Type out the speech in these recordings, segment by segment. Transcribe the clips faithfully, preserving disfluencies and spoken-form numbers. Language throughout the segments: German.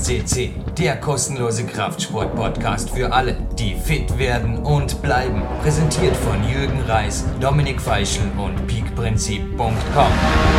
C C, der kostenlose Kraftsport-Podcast für alle, die fit werden und bleiben. Präsentiert von Jürgen Reis, Dominik Feischl und peakprinzip punkt com.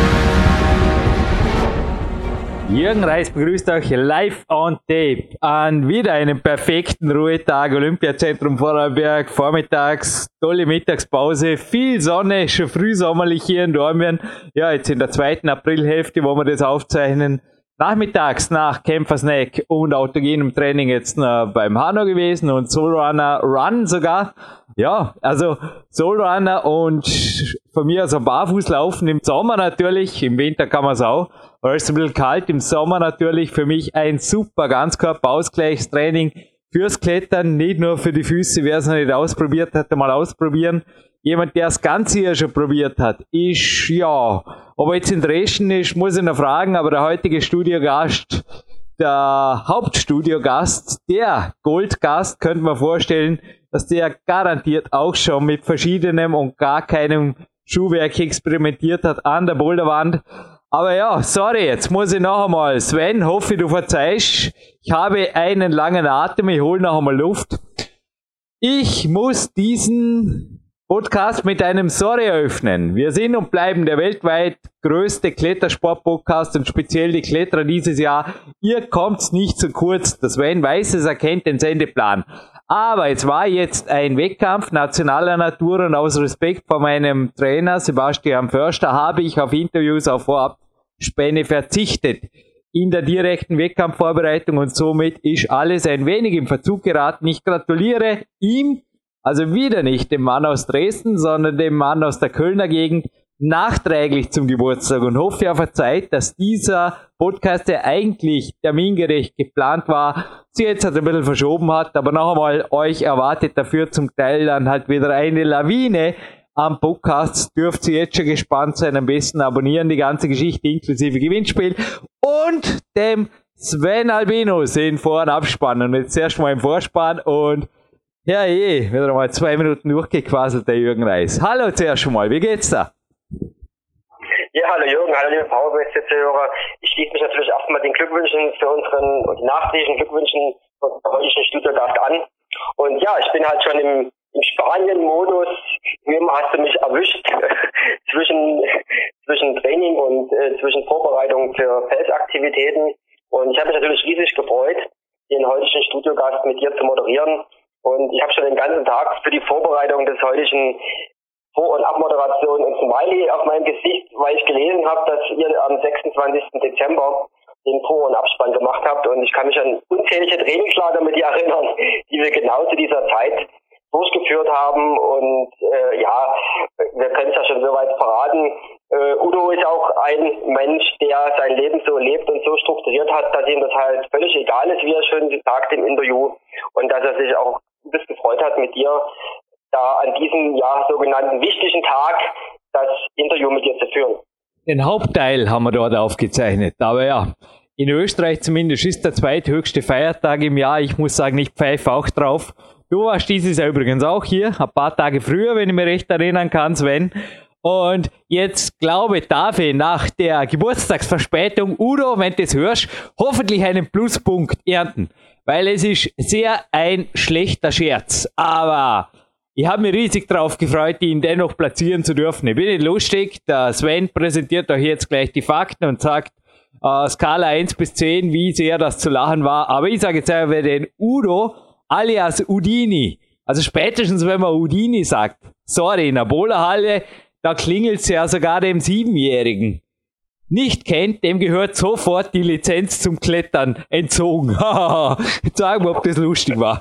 Jürgen Reis begrüßt euch live on tape an wieder einem perfekten Ruhetag, Olympiazentrum Vorarlberg, vormittags, tolle Mittagspause, viel Sonne, schon frühsommerlich hier in Dornbirn. Ja, jetzt in der zweiten Aprilhälfte, wo wir das aufzeichnen, nachmittags nach Kämpfersnack und autogenem Training jetzt äh, beim Hanno gewesen und Soulrunner Run sogar. Ja, also Soulrunner und von mir also barfuß laufen im Sommer natürlich, im Winter kann man es auch, weil es ein bisschen kalt, im Sommer natürlich für mich ein super Ganzkörperausgleichstraining fürs Klettern, nicht nur für die Füße, wer es noch nicht ausprobiert hat, mal ausprobieren. Jemand, der das Ganze ja schon probiert hat, ist, ja, ob er jetzt in Dresden ist, muss ich noch fragen, aber der heutige Studiogast, der Hauptstudiogast, der Goldgast, könnte man vorstellen, dass der garantiert auch schon mit verschiedenem und gar keinem Schuhwerk experimentiert hat an der Boulderwand. Aber ja, sorry, jetzt muss ich noch einmal. Sven, hoffe du verzeihst. Ich habe einen langen Atem, ich hole noch einmal Luft. Ich muss diesen Podcast mit einem Sorry eröffnen. Wir sind und bleiben der weltweit größte Klettersport-Podcast und speziell die Kletterer dieses Jahr. Ihr kommt's nicht zu kurz. Das Sven weiß es, erkennt den Sendeplan. Aber es war jetzt ein Wettkampf nationaler Natur und aus Respekt vor meinem Trainer Sebastian Förster habe ich auf Interviews auf Vorabspende verzichtet in der direkten Wettkampfvorbereitung und somit ist alles ein wenig im Verzug geraten. Ich gratuliere ihm, also wieder nicht dem Mann aus Dresden, sondern dem Mann aus der Kölner Gegend, nachträglich zum Geburtstag und hoffe, er verzeiht, dass dieser Podcast, der eigentlich termingerecht geplant war, sich jetzt halt ein bisschen verschoben hat, aber noch einmal, euch erwartet dafür zum Teil dann halt wieder eine Lawine am Podcast, dürft ihr jetzt schon gespannt sein, am besten abonnieren, die ganze Geschichte inklusive Gewinnspiel und dem Sven Albinus in Vor- und Abspann und jetzt erst mal im Vorspann und ja je, wieder mal zwei Minuten durchgequasselt, der Jürgen Reis. Hallo zuerst schon mal, wie geht's da? Ja, hallo Jürgen, hallo liebe Powerbase-Hörer. Ich schließe mich natürlich erstmal den Glückwünschen für unseren und die nachträglichen Glückwünschen für den heutigen Studiogast an. Und ja, ich bin halt schon im, im Spanien-Modus. Wie immer hast du mich erwischt zwischen, zwischen Training und äh, zwischen Vorbereitung für Feldaktivitäten. Und ich habe mich natürlich riesig gefreut, den heutigen Studiogast mit dir zu moderieren. Und ich habe schon den ganzen Tag für die Vorbereitung des heutigen Vor- und Abmoderation und Smiley auf meinem Gesicht, weil ich gelesen habe, dass ihr am sechsundzwanzigsten Dezember den Vor- und Abspann gemacht habt. Und ich kann mich an unzählige Trainingslager mit dir erinnern, die wir genau zu dieser Zeit durchgeführt haben. Und äh, ja, wir können es ja schon soweit verraten. Äh, Udo ist auch ein Mensch, der sein Leben so lebt und so strukturiert hat, dass ihm das halt völlig egal ist, wie er schon sagt im Interview. Und dass er sich auch ein bisschen gefreut hat mit dir, da an diesem ja sogenannten wichtigen Tag das Interview mit dir zu führen. Den Hauptteil haben wir dort aufgezeichnet, aber ja, in Österreich zumindest ist der zweithöchste Feiertag im Jahr. Ich muss sagen, ich pfeife auch drauf. Du warst dieses Jahr übrigens auch hier, ein paar Tage früher, wenn ich mich recht erinnern kann, Sven. Und jetzt glaube ich, darf ich nach der Geburtstagsverspätung, Udo, wenn du das hörst, hoffentlich einen Pluspunkt ernten. Weil es ist sehr ein schlechter Scherz. Aber ich habe mich riesig drauf gefreut, ihn dennoch platzieren zu dürfen. Ich bin nicht lustig. Der Sven präsentiert euch jetzt gleich die Fakten und sagt, äh, Skala eins bis zehn, wie sehr das zu lachen war. Aber ich sage jetzt einfach den Udo alias Udini. Also spätestens, wenn man Udini sagt, sorry, in der Bowlerhalle, da klingelt es ja sogar dem Siebenjährigen. Nicht kennt, dem gehört sofort die Lizenz zum Klettern entzogen. Jetzt sagen wir, ob das lustig war.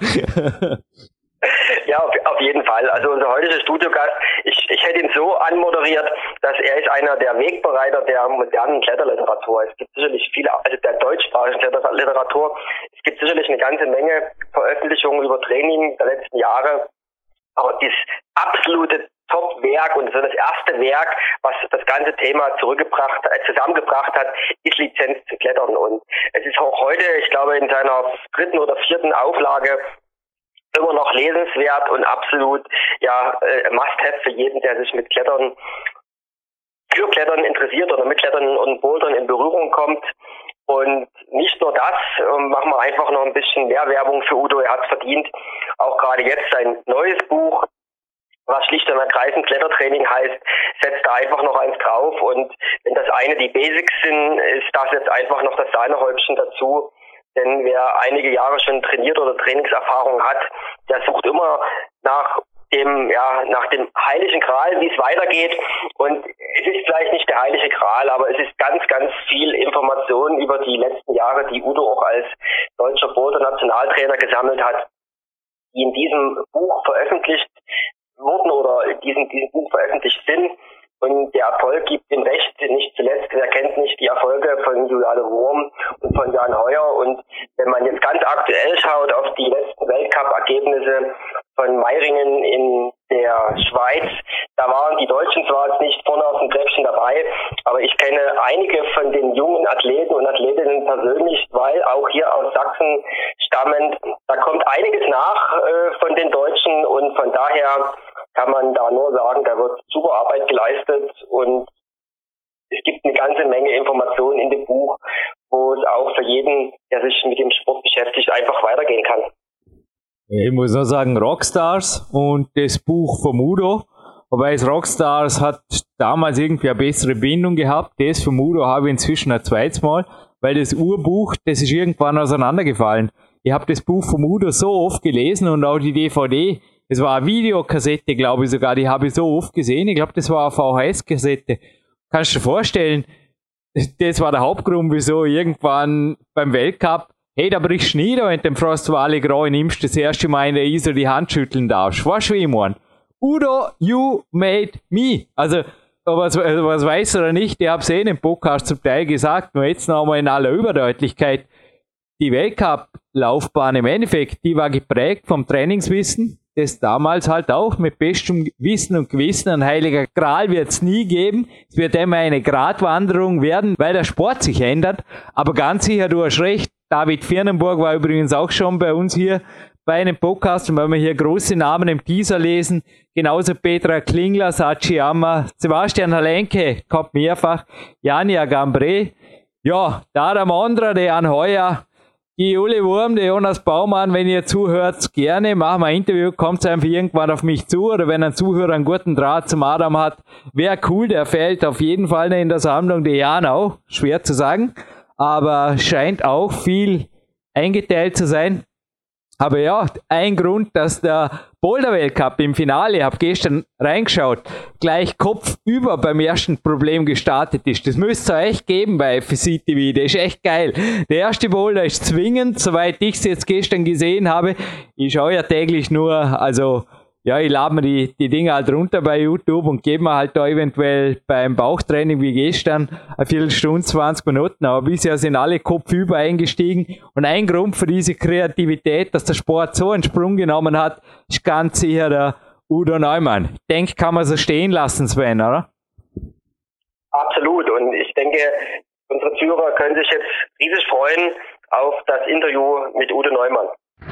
Ja, auf, auf jeden Fall. Also unser heutiger Studiogast, ich, ich hätte ihn so anmoderiert, dass er ist einer der Wegbereiter der modernen Kletterliteratur. Es gibt sicherlich viele, also der deutschsprachigen Kletterliteratur, es gibt sicherlich eine ganze Menge Veröffentlichungen über Training der letzten Jahre. Aber das absolute Top-Werk und so das erste Werk, was das ganze Thema zurückgebracht, äh, zusammengebracht hat, ist Lizenz zu klettern. Und es ist auch heute, ich glaube, in seiner dritten oder vierten Auflage immer noch lesenswert und absolut ja äh, Must-have für jeden, der sich mit Klettern, für Klettern interessiert oder mit Klettern und Bouldern in Berührung kommt. Und nicht nur das, machen wir einfach noch ein bisschen mehr Werbung für Udo. Er hat es verdient. Auch gerade jetzt sein neues Buch, was schlicht und ergreifend Klettertraining heißt, setzt da einfach noch eins drauf. Und wenn das eine die Basics sind, ist das jetzt einfach noch das Sahnehäubchen dazu. Denn wer einige Jahre schon trainiert oder Trainingserfahrung hat, der sucht immer nach dem, ja, nach dem heiligen Gral, wie es weitergeht. Und es ist vielleicht nicht der heilige Gral, aber es ist ganz, ganz viel Information über die letzten Jahre, die Udo auch als deutscher Boulder-Nationaltrainer gesammelt hat, die in diesem Buch veröffentlicht wurden oder in diesem, diesem Buch veröffentlicht sind. Und der Erfolg gibt ihm recht, nicht zuletzt, wer kennt nicht die Erfolge von Juliane Wurm und von Jan Heuer. Und wenn man jetzt ganz aktuell schaut auf die letzten Weltcup-Ergebnisse von Meiringen in der Schweiz, da waren die Deutschen zwar jetzt nicht vorne auf dem Treppchen dabei, aber ich kenne einige von den jungen Athleten und Athletinnen persönlich, weil auch hier aus Sachsen stammend, da kommt einiges nach äh, von den Deutschen und von daher kann man da nur sagen, da wird super Arbeit geleistet und es gibt eine ganze Menge Informationen in dem Buch, wo es auch für jeden, der sich mit dem Sport beschäftigt, einfach weitergehen kann. Ich muss nur sagen, Rockstars und das Buch vom Udo, wobei es Rockstars hat damals irgendwie eine bessere Bindung gehabt. Das vom Udo habe ich inzwischen ein zweites Mal, weil das Urbuch, das ist irgendwann auseinandergefallen. Ich habe das Buch vom Udo so oft gelesen und auch die D V D, das war eine Videokassette, glaube ich sogar, die habe ich so oft gesehen. Ich glaube, das war eine V H S-Kassette. Kannst du dir vorstellen, das war der Hauptgrund, wieso irgendwann beim Weltcup, hey, da brichst du nieder, wenn du den Frostwale Grau nimmst, das erste Mal in der I S O die Hand schütteln darfst. Weißt du, wie ich meine? Udo, you made me. Also, was, was weiß oder nicht, ich habe es eh in dem Podcast zum Teil gesagt, nur jetzt noch einmal in aller Überdeutlichkeit. Die Weltcup-Laufbahn im Endeffekt, die war geprägt vom Trainingswissen, das damals halt auch mit bestem Wissen und Gewissen, ein heiliger Gral wird es nie geben. Es wird immer eine Gratwanderung werden, weil der Sport sich ändert. Aber ganz sicher, du hast recht, David Firnenburg war übrigens auch schon bei uns hier bei einem Podcast, und wenn wir hier große Namen im Teaser lesen, genauso Petra Klingler, Sachiyama, Sebastian Halenke, kommt mehrfach, Janja Gambre, ja, da der Mondra, der Jan Heuer, die Uli Wurm, der Jonas Baumann, wenn ihr zuhört, gerne, machen wir ein Interview, kommt einfach irgendwann auf mich zu, oder wenn ein Zuhörer einen guten Draht zum Adam hat, wäre cool, der fällt auf jeden Fall in der Sammlung, der Jan auch, schwer zu sagen, aber scheint auch viel eingeteilt zu sein. Aber ja, ein Grund, dass der Boulder-Weltcup im Finale, ich habe gestern reingeschaut, gleich kopfüber beim ersten Problem gestartet ist. Das müsste es echt geben bei F C T V, das ist echt geil. Der erste Boulder ist zwingend, soweit ich es jetzt gestern gesehen habe. Ich schaue ja täglich nur, also ja, ich lade mir die, die Dinge halt runter bei YouTube und gebe mir halt da eventuell beim Bauchtraining wie gestern eine Viertelstunde, zwanzig Minuten, aber bisher sind alle kopfüber eingestiegen und ein Grund für diese Kreativität, dass der Sport so einen Sprung genommen hat, ist ganz sicher der Udo Neumann. Ich denke, kann man so stehen lassen, Sven, oder? Absolut, und ich denke, unsere Zuhörer können sich jetzt riesig freuen auf das Interview mit Udo Neumann.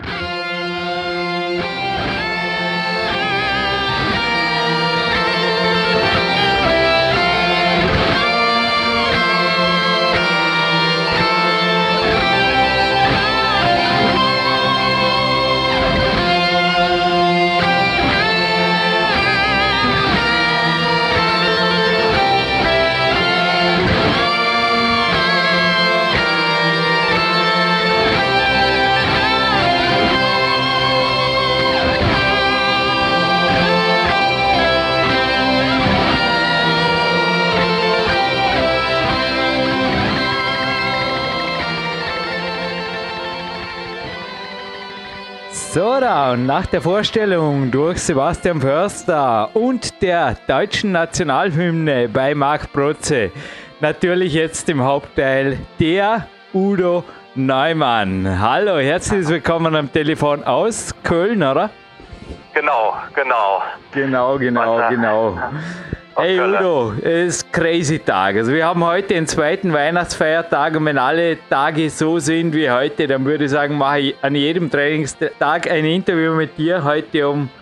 So, da, und nach der Vorstellung durch Sebastian Förster und der deutschen Nationalhymne bei Marc Protze, natürlich jetzt im Hauptteil der Udo Neumann. Hallo, herzlich willkommen am Telefon aus Köln, oder? Genau, genau. Genau, genau, Was, genau. Hey Udo, es ist crazy Tag. Also wir haben heute den zweiten Weihnachtsfeiertag und wenn alle Tage so sind wie heute, dann würde ich sagen, mache ich an jedem Trainingstag ein Interview mit dir. Heute um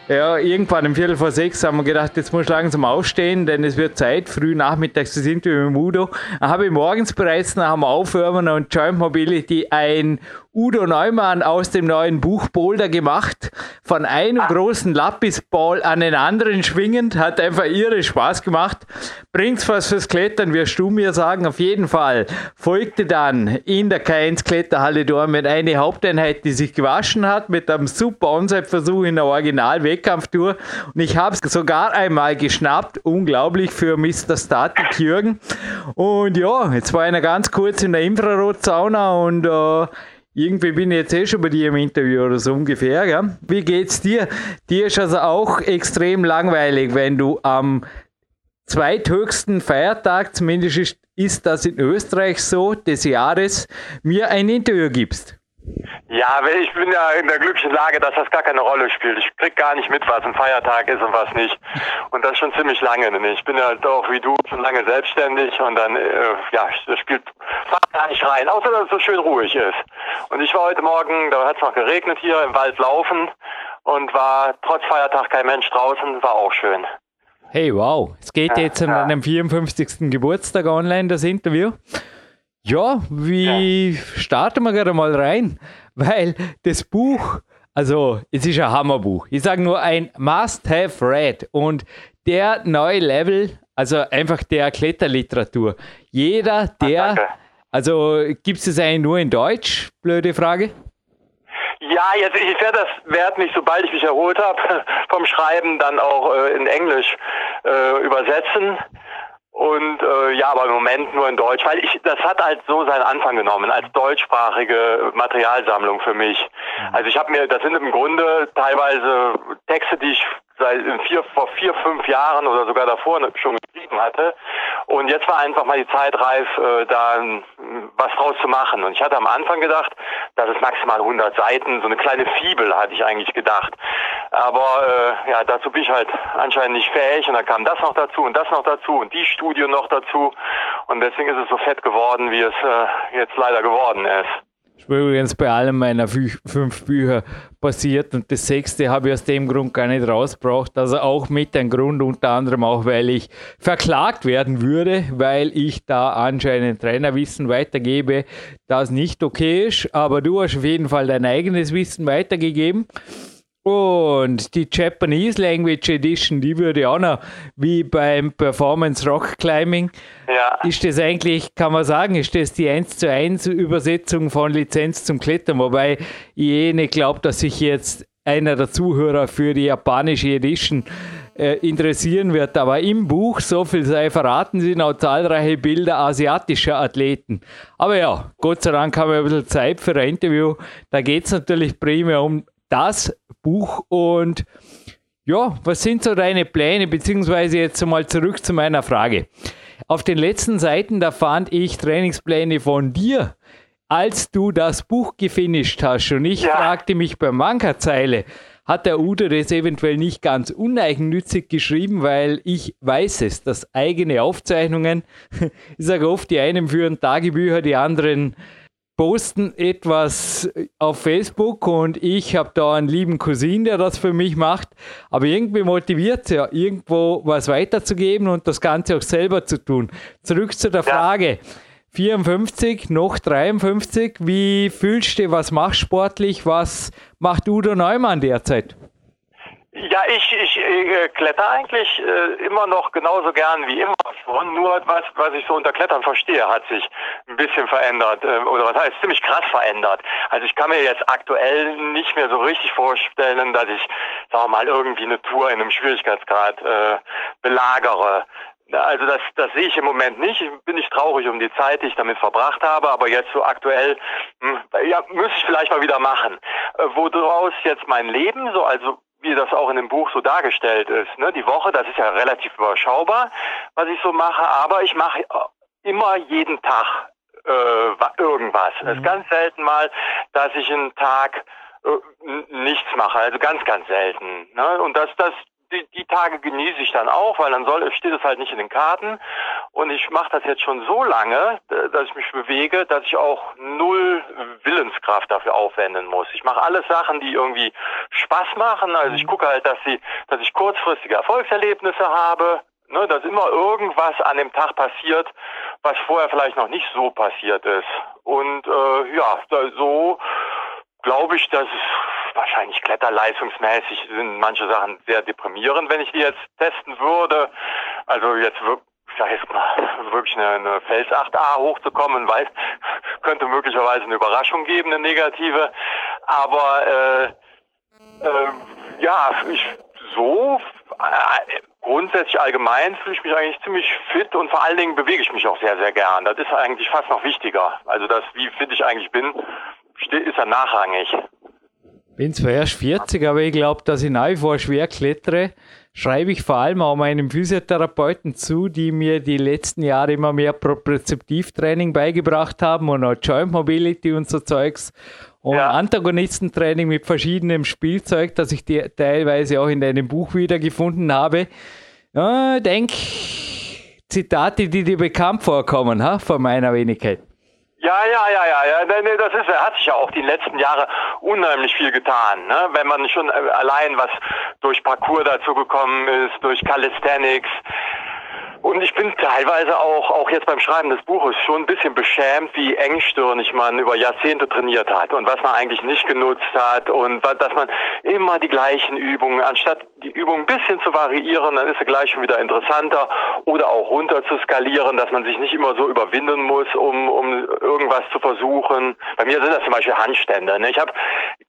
ja, irgendwann um Viertel vor sechs haben wir gedacht, jetzt muss ich langsam aufstehen, denn es wird Zeit, früh nachmittags zu Interview mit Udo. Dann habe ich morgens bereits nach dem Aufwärmen und Joint Mobility ein Udo Neumann aus dem neuen Buch Boulder gemacht, von einem ah. großen Lapisball an den anderen schwingend, hat einfach irre Spaß gemacht. Bringt's was fürs Klettern, wirst du mir sagen, auf jeden Fall. Folgte dann in der K eins Kletterhalle Dortmund eine Haupteinheit, die sich gewaschen hat, mit einem super Onside-Versuch in der Original-Wettkampftour. Und ich habe es sogar einmal geschnappt, unglaublich für Mister Static Jürgen. Und ja, jetzt war einer ganz kurz in der Infrarotsauna und äh, irgendwie bin ich jetzt eh schon bei dir im Interview oder so ungefähr. Gell? Wie geht's dir? Dir ist also auch extrem langweilig, wenn du am zweithöchsten Feiertag, zumindest ist, ist das in Österreich so, des Jahres, mir ein Interview gibst. Ja, ich bin ja in der glücklichen Lage, dass das gar keine Rolle spielt. Ich krieg gar nicht mit, was ein Feiertag ist und was nicht. Und das schon ziemlich lange. Ich bin ja auch wie du schon lange selbstständig und dann, äh, ja, das spielt fast gar nicht rein, außer dass es so schön ruhig ist. Und ich war heute Morgen, da hat es noch geregnet hier, im Wald laufen und war trotz Feiertag kein Mensch draußen, war auch schön. Hey, wow. Es geht ja, jetzt an ja. deinem vierundfünfzigsten Geburtstag online, das Interview. Ja, wie ja. starten wir gerade mal rein? Weil das Buch, also es ist ein Hammerbuch. Ich sage nur ein Must-Have-Read und der neue Level, also einfach der Kletterliteratur. Jeder, der, Ach, also gibt es das eigentlich nur in Deutsch? Blöde Frage. Ja, jetzt ich werde das werd mich, sobald ich mich erholt habe vom Schreiben, dann auch äh, in Englisch äh, übersetzen. Und äh, ja, aber im Moment nur in Deutsch, weil ich das hat halt so seinen Anfang genommen als deutschsprachige Materialsammlung für mich. Also ich habe mir, das sind im Grunde teilweise Texte, die ich seit vier, vor vier, fünf Jahren oder sogar davor schon geschrieben hatte. Und jetzt war einfach mal die Zeit reif, äh, da was draus zu machen. Und ich hatte am Anfang gedacht, das ist maximal hundert Seiten, so eine kleine Fibel hatte ich eigentlich gedacht. Aber äh, ja, dazu bin ich halt anscheinend nicht fähig und dann kam das noch dazu und das noch dazu und die Studie noch dazu. Und deswegen ist es so fett geworden, wie es äh, jetzt leider geworden ist. Das ist übrigens bei allen meiner fünf Bücher passiert und das sechste habe ich aus dem Grund gar nicht rausgebracht. Also auch mit einem Grund, unter anderem auch, weil ich verklagt werden würde, weil ich da anscheinend Trainerwissen weitergebe, das nicht okay ist. Aber du hast auf jeden Fall dein eigenes Wissen weitergegeben. Und die Japanese Language Edition, die würde auch noch, wie beim Performance Rock Climbing, ja. Ist das eigentlich, kann man sagen, ist das die eins zu eins Übersetzung von Lizenz zum Klettern, wobei ich eh nicht glaube, dass sich jetzt einer der Zuhörer für die japanische Edition äh, interessieren wird, aber im Buch, so viel sei verraten, sind auch zahlreiche Bilder asiatischer Athleten. Aber ja, Gott sei Dank haben wir ein bisschen Zeit für ein Interview, da geht es natürlich primär um das Buch und ja, was sind so deine Pläne, beziehungsweise jetzt mal zurück zu meiner Frage. Auf den letzten Seiten, da fand ich Trainingspläne von dir, als du das Buch gefinisht hast und ich ja. fragte mich bei mancher Zeile, hat der Udo das eventuell nicht ganz uneigennützig geschrieben, weil ich weiß es, dass eigene Aufzeichnungen, ich sage oft, die einen führen Tagebücher, die anderen posten etwas auf Facebook und ich habe da einen lieben Cousin, der das für mich macht, aber irgendwie motiviert es ja, irgendwo was weiterzugeben und das Ganze auch selber zu tun. Zurück zu der Frage, vierundfünfzig, noch dreiundfünfzig, wie fühlst du, was machst du sportlich, was macht Udo Neumann derzeit? Ja, ich, ich äh, kletter eigentlich äh, immer noch genauso gern wie immer schon. Nur was, was ich so unter Klettern verstehe, hat sich ein bisschen verändert. Äh, oder was heißt, ziemlich krass verändert. Also ich kann mir jetzt aktuell nicht mehr so richtig vorstellen, dass ich, sagen wir mal, irgendwie eine Tour in einem Schwierigkeitsgrad äh, belagere. Also das, das sehe ich im Moment nicht. Bin ich traurig um die Zeit, die ich damit verbracht habe. Aber jetzt so aktuell, mh, ja, müsste ich vielleicht mal wieder machen. Äh, woraus jetzt mein Leben so, also wie das auch in dem Buch so dargestellt ist. Ne? Die Woche, das ist ja relativ überschaubar, was ich so mache, aber ich mache immer jeden Tag äh, irgendwas. Mhm. Es ist ganz selten mal, dass ich einen Tag äh, nichts mache, also ganz, ganz selten. Ne? Und das, das die, die Tage genieße ich dann auch, weil dann soll, steht es halt nicht in den Karten. Und ich mache das jetzt schon so lange, dass ich mich bewege, dass ich auch null Willenskraft dafür aufwenden muss. Ich mache alles Sachen, die irgendwie Spaß machen. Also ich gucke halt, dass, sie, dass ich kurzfristige Erfolgserlebnisse habe. Ne, dass immer irgendwas an dem Tag passiert, was vorher vielleicht noch nicht so passiert ist. Und äh, ja, so glaube ich, dass es wahrscheinlich kletterleistungsmäßig sind manche Sachen sehr deprimierend, wenn ich die jetzt testen würde. Also jetzt ich sag jetzt mal, wirklich eine, eine Fels acht a hochzukommen, weiß, könnte möglicherweise eine Überraschung geben, eine negative. Aber äh, äh, ja, ich so äh, grundsätzlich allgemein fühle ich mich eigentlich ziemlich fit und vor allen Dingen bewege ich mich auch sehr, sehr gern. Das ist eigentlich fast noch wichtiger. Also das, wie fit ich eigentlich bin, ist ja nachrangig. Bin zwar erst vierzig, aber ich glaube, dass ich nach wie vor schwer klettere, schreibe ich vor allem auch meinem Physiotherapeuten zu, die mir die letzten Jahre immer mehr Propriozeptivtraining beigebracht haben und auch Joint Mobility und so Zeugs. Und ja. Antagonistentraining mit verschiedenem Spielzeug, das ich dir teilweise auch in deinem Buch wiedergefunden habe. Ich denke, Zitate, die dir bekannt vorkommen, ha, von meiner Wenigkeit. Ja, ja, ja, ja, ja, nee, das ist, hat sich ja auch die letzten Jahre unheimlich viel getan, ne? Wenn man schon allein was durch Parkour dazu gekommen ist, durch Calisthenics. Und ich bin teilweise auch, auch jetzt beim Schreiben des Buches schon ein bisschen beschämt, wie engstirnig man über Jahrzehnte trainiert hat und was man eigentlich nicht genutzt hat und dass man immer die gleichen Übungen, anstatt die Übungen ein bisschen zu variieren, dann ist sie gleich schon wieder interessanter oder auch runter zu skalieren, dass man sich nicht immer so überwinden muss, um, um irgendwas zu versuchen. Bei mir sind das zum Beispiel Handstände, ne? Ich habe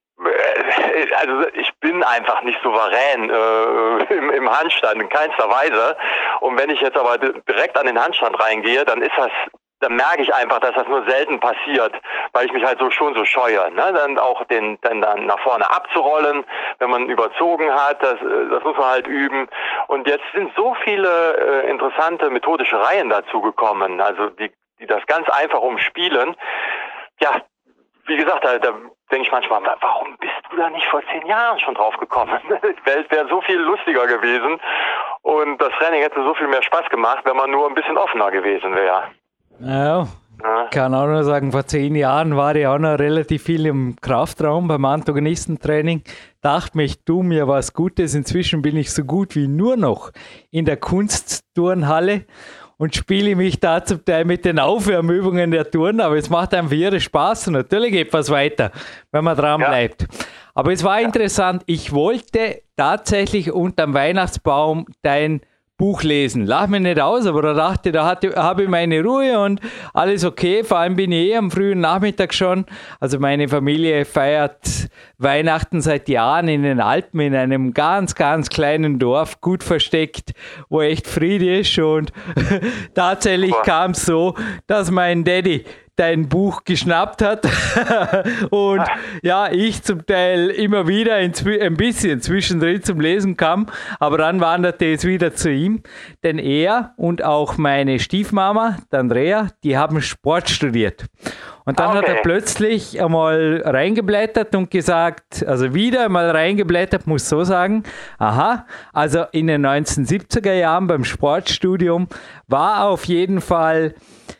Also ich bin einfach nicht souverän äh, im, im Handstand, in keinster Weise. Und wenn ich jetzt aber direkt an den Handstand reingehe, dann ist das, dann merke ich einfach, dass das nur selten passiert, weil ich mich halt so schon so scheue. Ne? Dann auch den, dann, dann nach vorne abzurollen, wenn man überzogen hat, das, das muss man halt üben. Und jetzt sind so viele äh, interessante methodische Reihen dazu gekommen, also die, die das ganz einfach umspielen. Ja, wie gesagt, da, da denke ich manchmal, warum bist du da nicht vor zehn Jahren schon drauf gekommen? Die Welt wäre so viel lustiger gewesen und das Training hätte so viel mehr Spaß gemacht, wenn man nur ein bisschen offener gewesen wäre. Ja, ja. Kann auch nur sagen, vor zehn Jahren war ich auch noch relativ viel im Kraftraum beim Antagonistentraining. Dachte mir, ich tue mir was Gutes. Inzwischen bin ich so gut wie nur noch in der Kunstturnhalle und spiele mich da zum Teil mit den Aufwärmübungen der Touren, aber es macht einfach irre Spaß und natürlich geht was weiter, wenn man dran ja. bleibt. Aber es war ja. interessant, ich wollte tatsächlich unterm Weihnachtsbaum dein Buch lesen. Lach mich nicht aus, aber da dachte, da hatte, habe ich meine Ruhe und alles okay. Vor allem bin ich eh am frühen Nachmittag schon. Also meine Familie feiert Weihnachten seit Jahren in den Alpen in einem ganz, ganz kleinen Dorf, gut versteckt, wo echt Friede ist. Und tatsächlich kam es so, dass mein Daddy dein Buch geschnappt hat und ja, ich zum Teil immer wieder ein bisschen zwischendrin zum Lesen kam, aber dann wanderte es wieder zu ihm, denn er und auch meine Stiefmama, die Andrea, die haben Sport studiert. Und dann okay. hat er plötzlich einmal reingeblättert und gesagt, also wieder einmal reingeblättert, muss so sagen, aha, also in den neunzehnhundertsiebziger Jahren beim Sportstudium war auf jeden Fall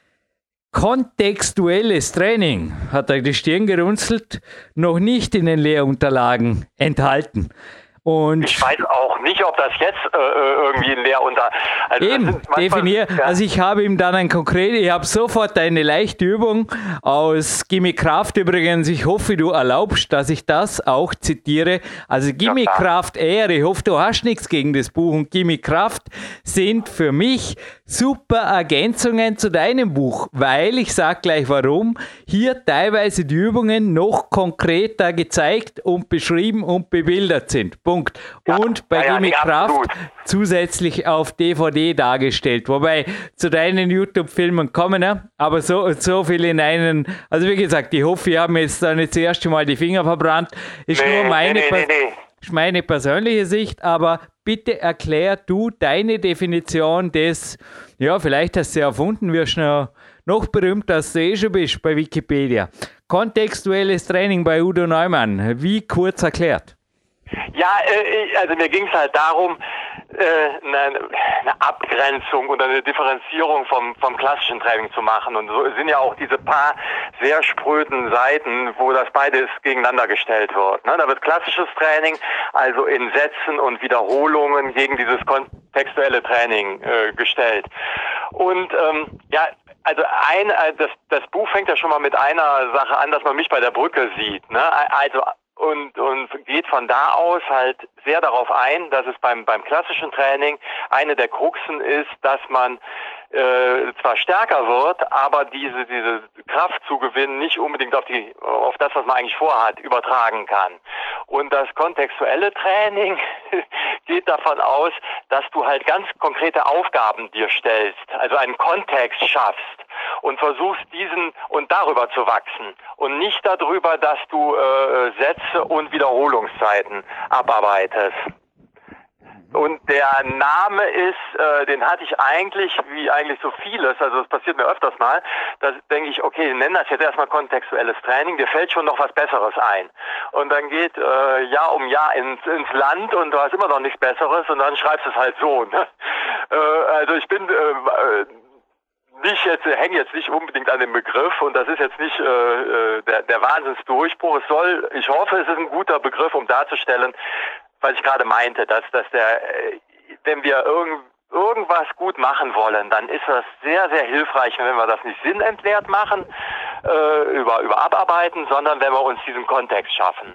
kontextuelles Training, hat er die Stirn gerunzelt, noch nicht in den Lehrunterlagen enthalten. Und ich weiß auch nicht, ob das jetzt äh, irgendwie ein Lehrunter... Also eben, definiert. Ja. Also ich habe ihm dann ein konkretes, ich habe sofort eine leichte Übung aus Gimme Kraft übrigens. Ich hoffe, du erlaubst, dass ich das auch zitiere. Also Gimme ja, Kraft Ehre. Ich hoffe, du hast nichts gegen das Buch. Und Gimme Kraft sind für mich super Ergänzungen zu deinem Buch, weil, ich sage gleich warum, hier teilweise die Übungen noch konkreter gezeigt und beschrieben und bebildert sind. Punkt. Ja, und bei ja, Gimme ja, Kraft absolut. Zusätzlich auf D V D dargestellt. Wobei zu deinen YouTube-Filmen kommen, ja, aber so, so viel in einen, also wie gesagt, ich hoffe, wir haben jetzt da nicht das erste Mal die Finger verbrannt. Ist nee, nur meine, nee, nee, nee. Ist meine persönliche Sicht, aber bitte erklär du deine Definition des, ja, vielleicht hast du ja erfunden, wirst du noch, noch berühmter, als du eh schon bist bei Wikipedia. Kontextuelles Training bei Udo Neumann, wie kurz erklärt? Ja, äh, also mir ging es halt darum, äh, eine, eine Abgrenzung oder eine Differenzierung vom, vom klassischen Training zu machen. Und so sind ja auch diese paar sehr spröden Seiten, wo das beides gegeneinander gestellt wird. Ne? Da wird klassisches Training, also in Sätzen und Wiederholungen, gegen dieses kontextuelle Training äh, gestellt. Und ähm, ja, also ein, das, das Buch fängt ja schon mal mit einer Sache an, dass man mich bei der Brücke sieht. Ne? Also Und, und geht von da aus halt sehr darauf ein, dass es beim, beim klassischen Training eine der Kruxen ist, dass man äh, zwar stärker wird, aber diese, diese Kraft zu gewinnen nicht unbedingt auf die, auf das, was man eigentlich vorhat, übertragen kann. Und das kontextuelle Training geht davon aus, dass du halt ganz konkrete Aufgaben dir stellst, also einen Kontext schaffst und versuchst diesen und darüber zu wachsen und nicht darüber, dass du äh, Sätze und Wiederholungszeiten abarbeitest. Und der Name ist, äh, den hatte ich eigentlich, wie eigentlich so vieles, also das passiert mir öfters mal, da denke ich, okay, nenn das jetzt erstmal kontextuelles Training, dir fällt schon noch was Besseres ein. Und dann geht äh, Jahr um Jahr ins, ins Land und du hast immer noch nichts Besseres und dann schreibst du es halt so. Ne? Äh, also ich bin... Äh, nicht jetzt, hänge jetzt nicht unbedingt an dem Begriff und das ist jetzt nicht äh, der, der Wahnsinnsdurchbruch. Es soll, ich hoffe, es ist ein guter Begriff, um darzustellen, was ich gerade meinte, dass, dass der, wenn wir irgend, irgendwas gut machen wollen, dann ist das sehr, sehr hilfreich, wenn wir das nicht sinnentleert machen, äh, über, über Abarbeiten, sondern wenn wir uns diesen Kontext schaffen.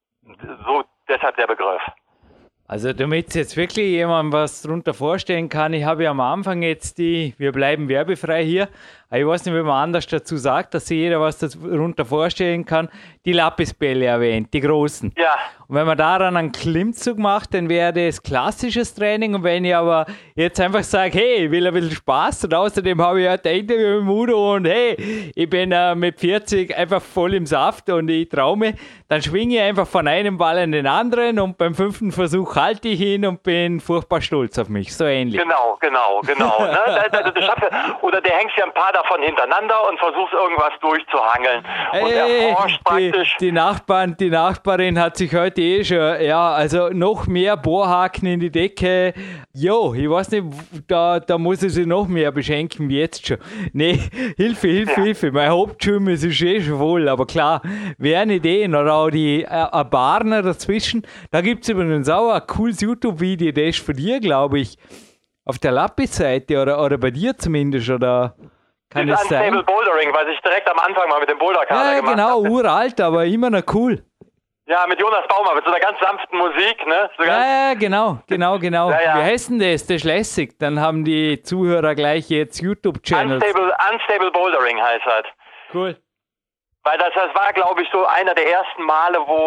So, deshalb der Begriff. Also damit jetzt wirklich jemand was darunter vorstellen kann, ich habe ja am Anfang jetzt die, wir bleiben werbefrei hier, aber ich weiß nicht, wie man anders dazu sagt, dass sich jeder was darunter vorstellen kann, die Lapisbälle erwähnt, die großen. Ja. Und wenn man daran einen Klimmzug macht, dann wäre das klassisches Training. Und wenn ich aber jetzt einfach sage, hey, ich will ein bisschen Spaß und außerdem habe ich heute ein Interview mit Udo und hey, ich bin äh, mit vierzig einfach voll im Saft und ich traue mich, dann schwinge ich einfach von einem Ball an den anderen und beim fünften Versuch halte ich ihn und bin furchtbar stolz auf mich. So ähnlich. Genau, genau, genau. Ne? da, da, da, da, oder der hängst ja ein paar davon hintereinander und versuchst irgendwas durchzuhangeln. Und Ey, erforscht praktisch. Die, die Nachbarn, die Nachbarin hat sich heute eh schon, ja, also noch mehr Bohrhaken in die Decke. Jo, ich weiß nicht, da, da muss ich sie noch mehr beschenken wie jetzt schon. Nee, Hilfe, Hilfe, ja. Hilfe. Mein Hauptschirm ist eh schon voll, aber klar, wären Ideen oder auch die äh, Barner dazwischen. Da gibt es übrigens auch ein cooles YouTube-Video, das ist von dir, glaube ich, auf der Lapis-Seite oder, oder bei dir zumindest, oder kann es sein? Unstable Bouldering, was ich direkt am Anfang mal mit dem Boulderkader ja, gemacht genau, habe. Genau, uralt, aber immer noch cool. Ja, mit Jonas Baumer, mit so einer ganz sanften Musik, ne? So ja, ja, genau, genau, genau. ja, ja. Wie heißt denn das? Das ist lässig. Dann haben die Zuhörer gleich jetzt YouTube-Channels. Unstable, Unstable Bouldering heißt das. Cool. Weil das, das war, glaube ich, so einer der ersten Male, wo,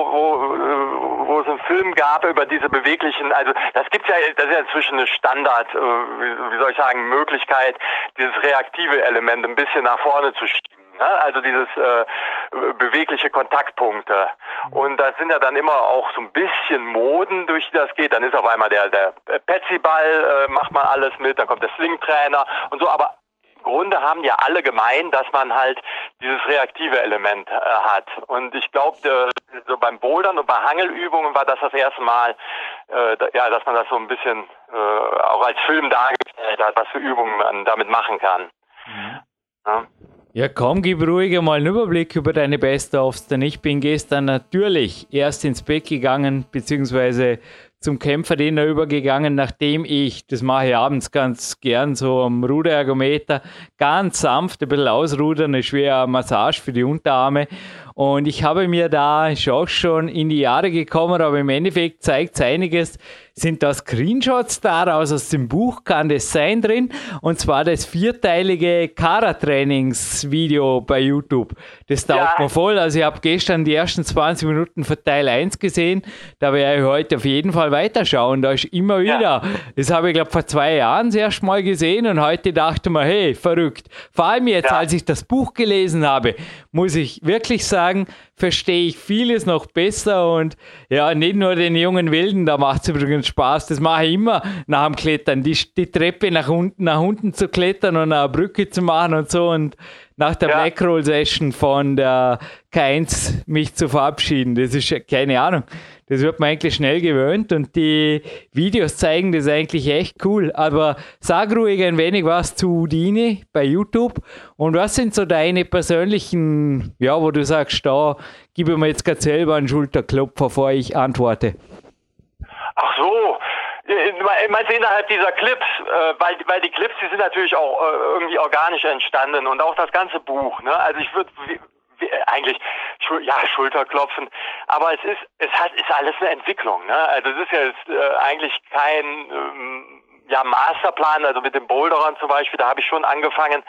wo, wo es einen Film gab über diese beweglichen, also das gibt's ja, das ist ja inzwischen eine Standard, wie soll ich sagen, Möglichkeit, dieses reaktive Element ein bisschen nach vorne zu schieben. Also dieses äh, bewegliche Kontaktpunkte. Und das sind ja dann immer auch so ein bisschen Moden, durch die das geht. Dann ist auf einmal der, der Petsyball, äh, macht man alles mit, dann kommt der Slingtrainer und so. Aber im Grunde haben ja alle gemein, dass man halt dieses reaktive Element äh, hat. Und ich glaube, äh, so beim Bouldern und bei Hangelübungen war das das erste Mal, äh, da, ja, dass man das so ein bisschen äh, auch als Film dargestellt hat, was für Übungen man damit machen kann. Mhm. Ja. Ja, komm, gib ruhig mal einen Überblick über deine Best-ofs, denn ich bin gestern natürlich erst ins Bett gegangen, beziehungsweise zum Kämpferdiener übergegangen, nachdem ich, das mache ich abends ganz gern, so am Ruderergometer, ganz sanft ein bisschen ausrudern, eine schwere Massage für die Unterarme. Und ich habe mir da, ist auch schon in die Jahre gekommen, aber im Endeffekt zeigt es einiges. Sind da Screenshots daraus aus dem Buch, kann das sein drin? Und zwar das vierteilige Kara-Trainings-Video bei YouTube. Das taugt ja. mir voll. Also ich habe gestern die ersten zwanzig Minuten von Teil eins gesehen. Da werde ich heute auf jeden Fall weiterschauen. Da ist immer wieder. Ja. Das habe ich, glaube vor zwei Jahren das erste Mal gesehen und heute dachte man, hey, verrückt. Vor allem jetzt, ja. als ich das Buch gelesen habe, muss ich wirklich sagen, verstehe ich vieles noch besser und ja, nicht nur den jungen Wilden, da macht es übrigens Spaß, das mache ich immer nach dem Klettern, die, die Treppe nach unten, nach unten zu klettern und eine Brücke zu machen und so und nach der ja. Blackroll Session von der K eins mich zu verabschieden, das ist, keine Ahnung, das wird man eigentlich schnell gewöhnt und die Videos zeigen das eigentlich echt cool. Aber sag ruhig ein wenig was zu Houdini bei YouTube und was sind so deine persönlichen, ja, wo du sagst, da gib mir jetzt gerade selber einen Schulterklopfer, bevor ich antworte. Ach so, meinst du innerhalb dieser Clips, äh, weil, weil die Clips, die sind natürlich auch äh, irgendwie organisch entstanden und auch das ganze Buch, ne? Also ich würde eigentlich, ja, Schulterklopfen, aber es ist, es hat, ist alles eine Entwicklung, ne? Also es ist ja jetzt, äh, eigentlich kein, ähm, ja, Masterplan, also mit den Boulderern zum Beispiel, da habe ich schon angefangen,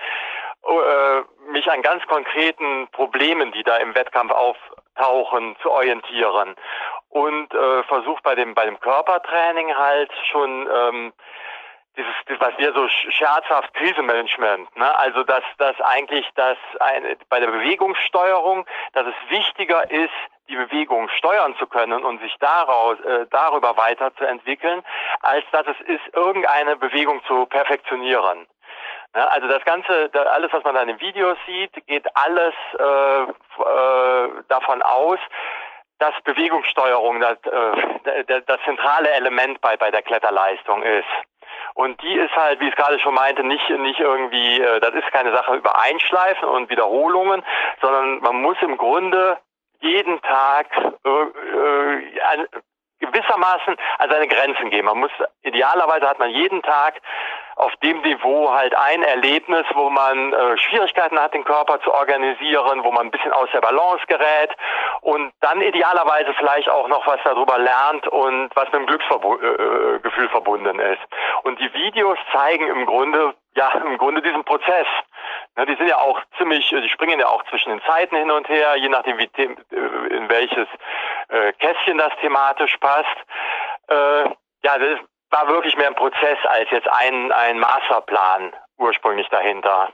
äh, mich an ganz konkreten Problemen, die da im Wettkampf auftauchen, zu orientieren. Und äh, versucht bei dem bei dem Körpertraining halt schon ähm, dieses, was wir so scherzhaft Krisenmanagement, ne? Also dass dass eigentlich das eine, bei der Bewegungssteuerung, dass es wichtiger ist, die Bewegung steuern zu können und sich daraus äh, darüber weiterzuentwickeln, als dass es ist, irgendeine Bewegung zu perfektionieren. Ja, also das Ganze, alles, was man da in den Videos sieht, geht alles äh, äh, davon aus, dass Bewegungssteuerung das, äh, das zentrale Element bei, bei der Kletterleistung ist. Und die ist halt, wie ich es gerade schon meinte, nicht, nicht irgendwie, äh, das ist keine Sache über Einschleifen und Wiederholungen, sondern man muss im Grunde jeden Tag äh, äh, an, gewissermaßen an seine Grenzen gehen. Man muss, idealerweise hat man jeden Tag auf dem Niveau halt ein Erlebnis, wo man äh, Schwierigkeiten hat, den Körper zu organisieren, wo man ein bisschen aus der Balance gerät und dann idealerweise vielleicht auch noch was darüber lernt und was mit dem Glücksgefühl äh, verbunden ist. Und die Videos zeigen im Grunde, ja, im Grunde diesen Prozess. Ja, die sind ja auch ziemlich, die springen ja auch zwischen den Zeiten hin und her, je nachdem, wie in welches äh, Kästchen das thematisch passt. Äh, ja, das ist war wirklich mehr ein Prozess als jetzt ein, ein Masterplan ursprünglich dahinter.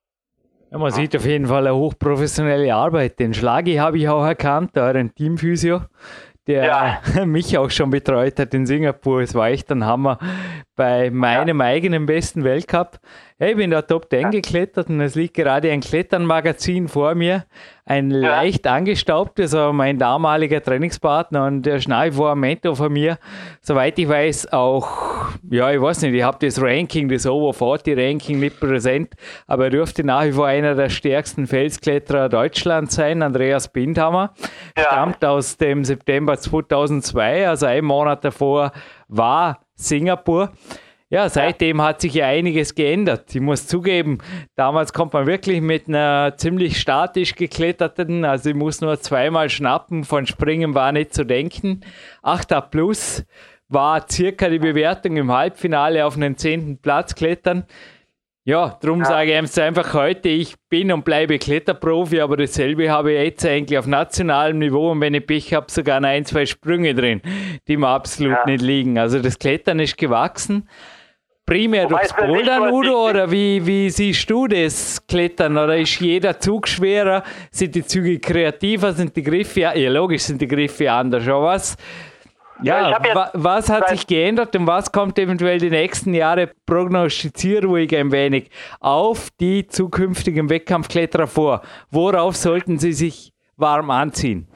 Ja, man sieht auf jeden Fall eine hochprofessionelle Arbeit. Den Schlagi habe ich auch erkannt, euren Teamphysio, der ja. mich auch schon betreut hat in Singapur. Es war echt ein Hammer bei meinem ja. eigenen besten Weltcup. Ja, ich bin da Top zehn ja. geklettert und es liegt gerade ein Kletternmagazin vor mir. Ein ja. leicht angestaubtes, aber mein damaliger Trainingspartner und der ist nach wie vor ein Mentor von mir. Soweit ich weiß auch, ja, ich weiß nicht, ich habe das Ranking, das Over vierzig Ranking nicht präsent, aber er dürfte nach wie vor einer der stärksten Felskletterer Deutschlands sein, Andreas Bindhammer. Ja. Stammt aus dem September zweitausendzwei, also ein Monat davor war Singapur. Ja, seitdem hat sich ja einiges geändert. Ich muss zugeben, damals kommt man wirklich mit einer ziemlich statisch gekletterten, also ich muss nur zweimal schnappen, von Springen war nicht zu denken. acht A plus war circa die Bewertung im Halbfinale auf einen zehnten Platz klettern. Ja, darum ja. sage ich einfach heute, ich bin und bleibe Kletterprofi, aber dasselbe habe ich jetzt eigentlich auf nationalem Niveau und wenn ich Pech habe, sogar ein, zwei Sprünge drin, die mir absolut ja. nicht liegen. Also das Klettern ist gewachsen. Primär Wobei durchs Bouldern, Udo, oder wie, wie siehst du das Klettern? Oder ist jeder Zug schwerer? Sind die Züge kreativer? Sind die Griffe, ja, ja logisch sind die Griffe anders, aber was, ja, ja wa, was hat sich geändert und was kommt eventuell die nächsten Jahre, prognostizier ruhig ein wenig, auf die zukünftigen Wettkampfkletterer vor? Worauf sollten sie sich warm anziehen?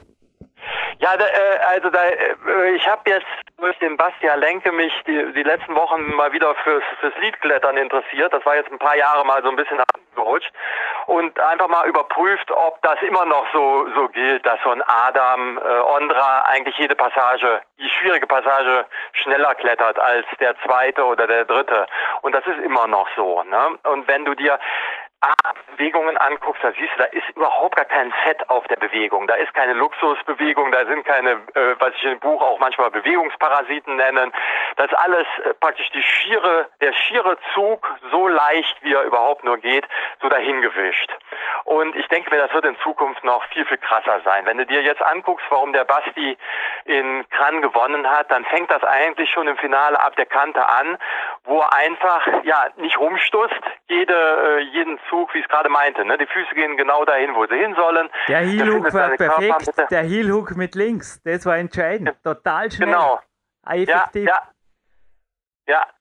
Ja, da, äh, also da, äh, ich habe jetzt durch den Bastian Lenke mich die, die letzten Wochen mal wieder fürs, fürs Leadklettern interessiert. Das war jetzt ein paar Jahre mal so ein bisschen gerutscht und einfach mal überprüft, ob das immer noch so so gilt, dass so ein Adam äh, Ondra eigentlich jede Passage, die schwierige Passage schneller klettert als der zweite oder der dritte. Und das ist immer noch so, ne? Und wenn du dir Bewegungen anguckst, da siehst du, da ist überhaupt gar kein Fett auf der Bewegung. Da ist keine Luxusbewegung, da sind keine, äh, was ich im Buch auch manchmal Bewegungsparasiten nennen. Das ist alles äh, praktisch die schiere, der schiere Zug, so leicht wie er überhaupt nur geht, so dahingewischt. Und ich denke mir, das wird in Zukunft noch viel, viel krasser sein. Wenn du dir jetzt anguckst, warum der Basti in Cannes gewonnen hat, dann fängt das eigentlich schon im Finale ab der Kante an, wo er einfach, ja, nicht rumstutzt, jede, äh, jeden Zug, wie ich es gerade meinte, ne? Die Füße gehen genau dahin, wo sie hin sollen. Der Heel-Hook war perfekt, Körper, der Heel-Hook mit links, das war entscheidend, total schnell. Genau. Effektiv. Ja, ja. ja.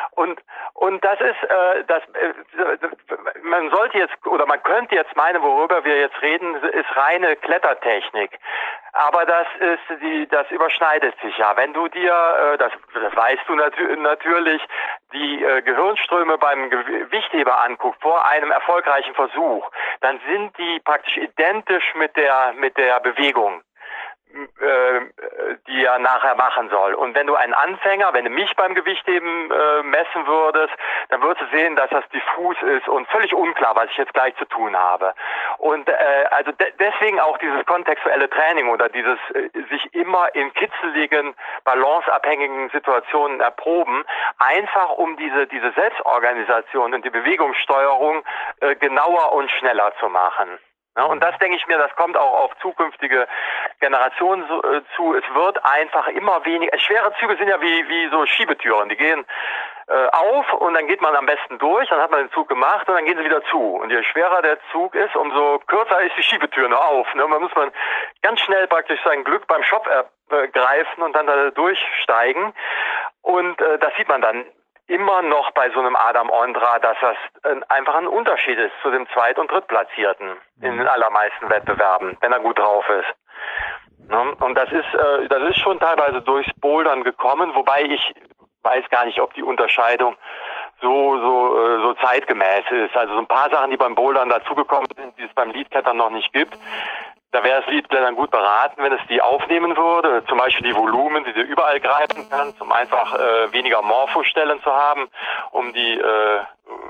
Und und das ist äh, das äh, man sollte jetzt oder man könnte jetzt meinen, worüber wir jetzt reden, ist reine Klettertechnik. Aber das ist die, das überschneidet sich ja. Wenn du dir, äh, das, das weißt du nat- natürlich, die äh, Gehirnströme beim Gewichtheber anguckt vor einem erfolgreichen Versuch, dann sind die praktisch identisch mit der mit der Bewegung, äh, die er nachher machen soll. Und wenn du einen Anfänger, wenn du mich beim Gewichtheben äh, messen würdest, dann würdest du sehen, dass das diffus ist und völlig unklar, was ich jetzt gleich zu tun habe. Und äh, also de- deswegen auch dieses kontextuelle Training oder dieses äh, sich immer in kitzeligen, balanceabhängigen Situationen erproben, einfach um diese diese Selbstorganisation und die Bewegungssteuerung äh, genauer und schneller zu machen. Ja, und das denke ich mir, das kommt auch auf zukünftige Generationen so, äh, zu. Es wird einfach immer weniger. Schwere Züge sind ja wie wie so Schiebetüren. Die gehen äh, auf und dann geht man am besten durch, dann hat man den Zug gemacht und dann gehen sie wieder zu. Und je schwerer der Zug ist, umso kürzer ist die Schiebetür nur auf. Ne? Man muss man ganz schnell praktisch sein Glück beim Shop ergreifen und dann da durchsteigen. Und äh, das sieht man dann immer noch bei so einem Adam Ondra, dass das einfach ein Unterschied ist zu dem Zweit- und Drittplatzierten in den allermeisten Wettbewerben, wenn er gut drauf ist. Und das ist, das ist schon teilweise durchs Bouldern gekommen, wobei ich weiß gar nicht, ob die Unterscheidung so, so, so zeitgemäß ist. Also so ein paar Sachen, die beim Bouldern dazugekommen sind, die es beim Leadklettern noch nicht gibt. Da wäre das Leadklettern gut beraten, wenn es die aufnehmen würde, zum Beispiel die Volumen, die du überall greifen kannst, um einfach äh, weniger Morphostellen zu haben, um die äh,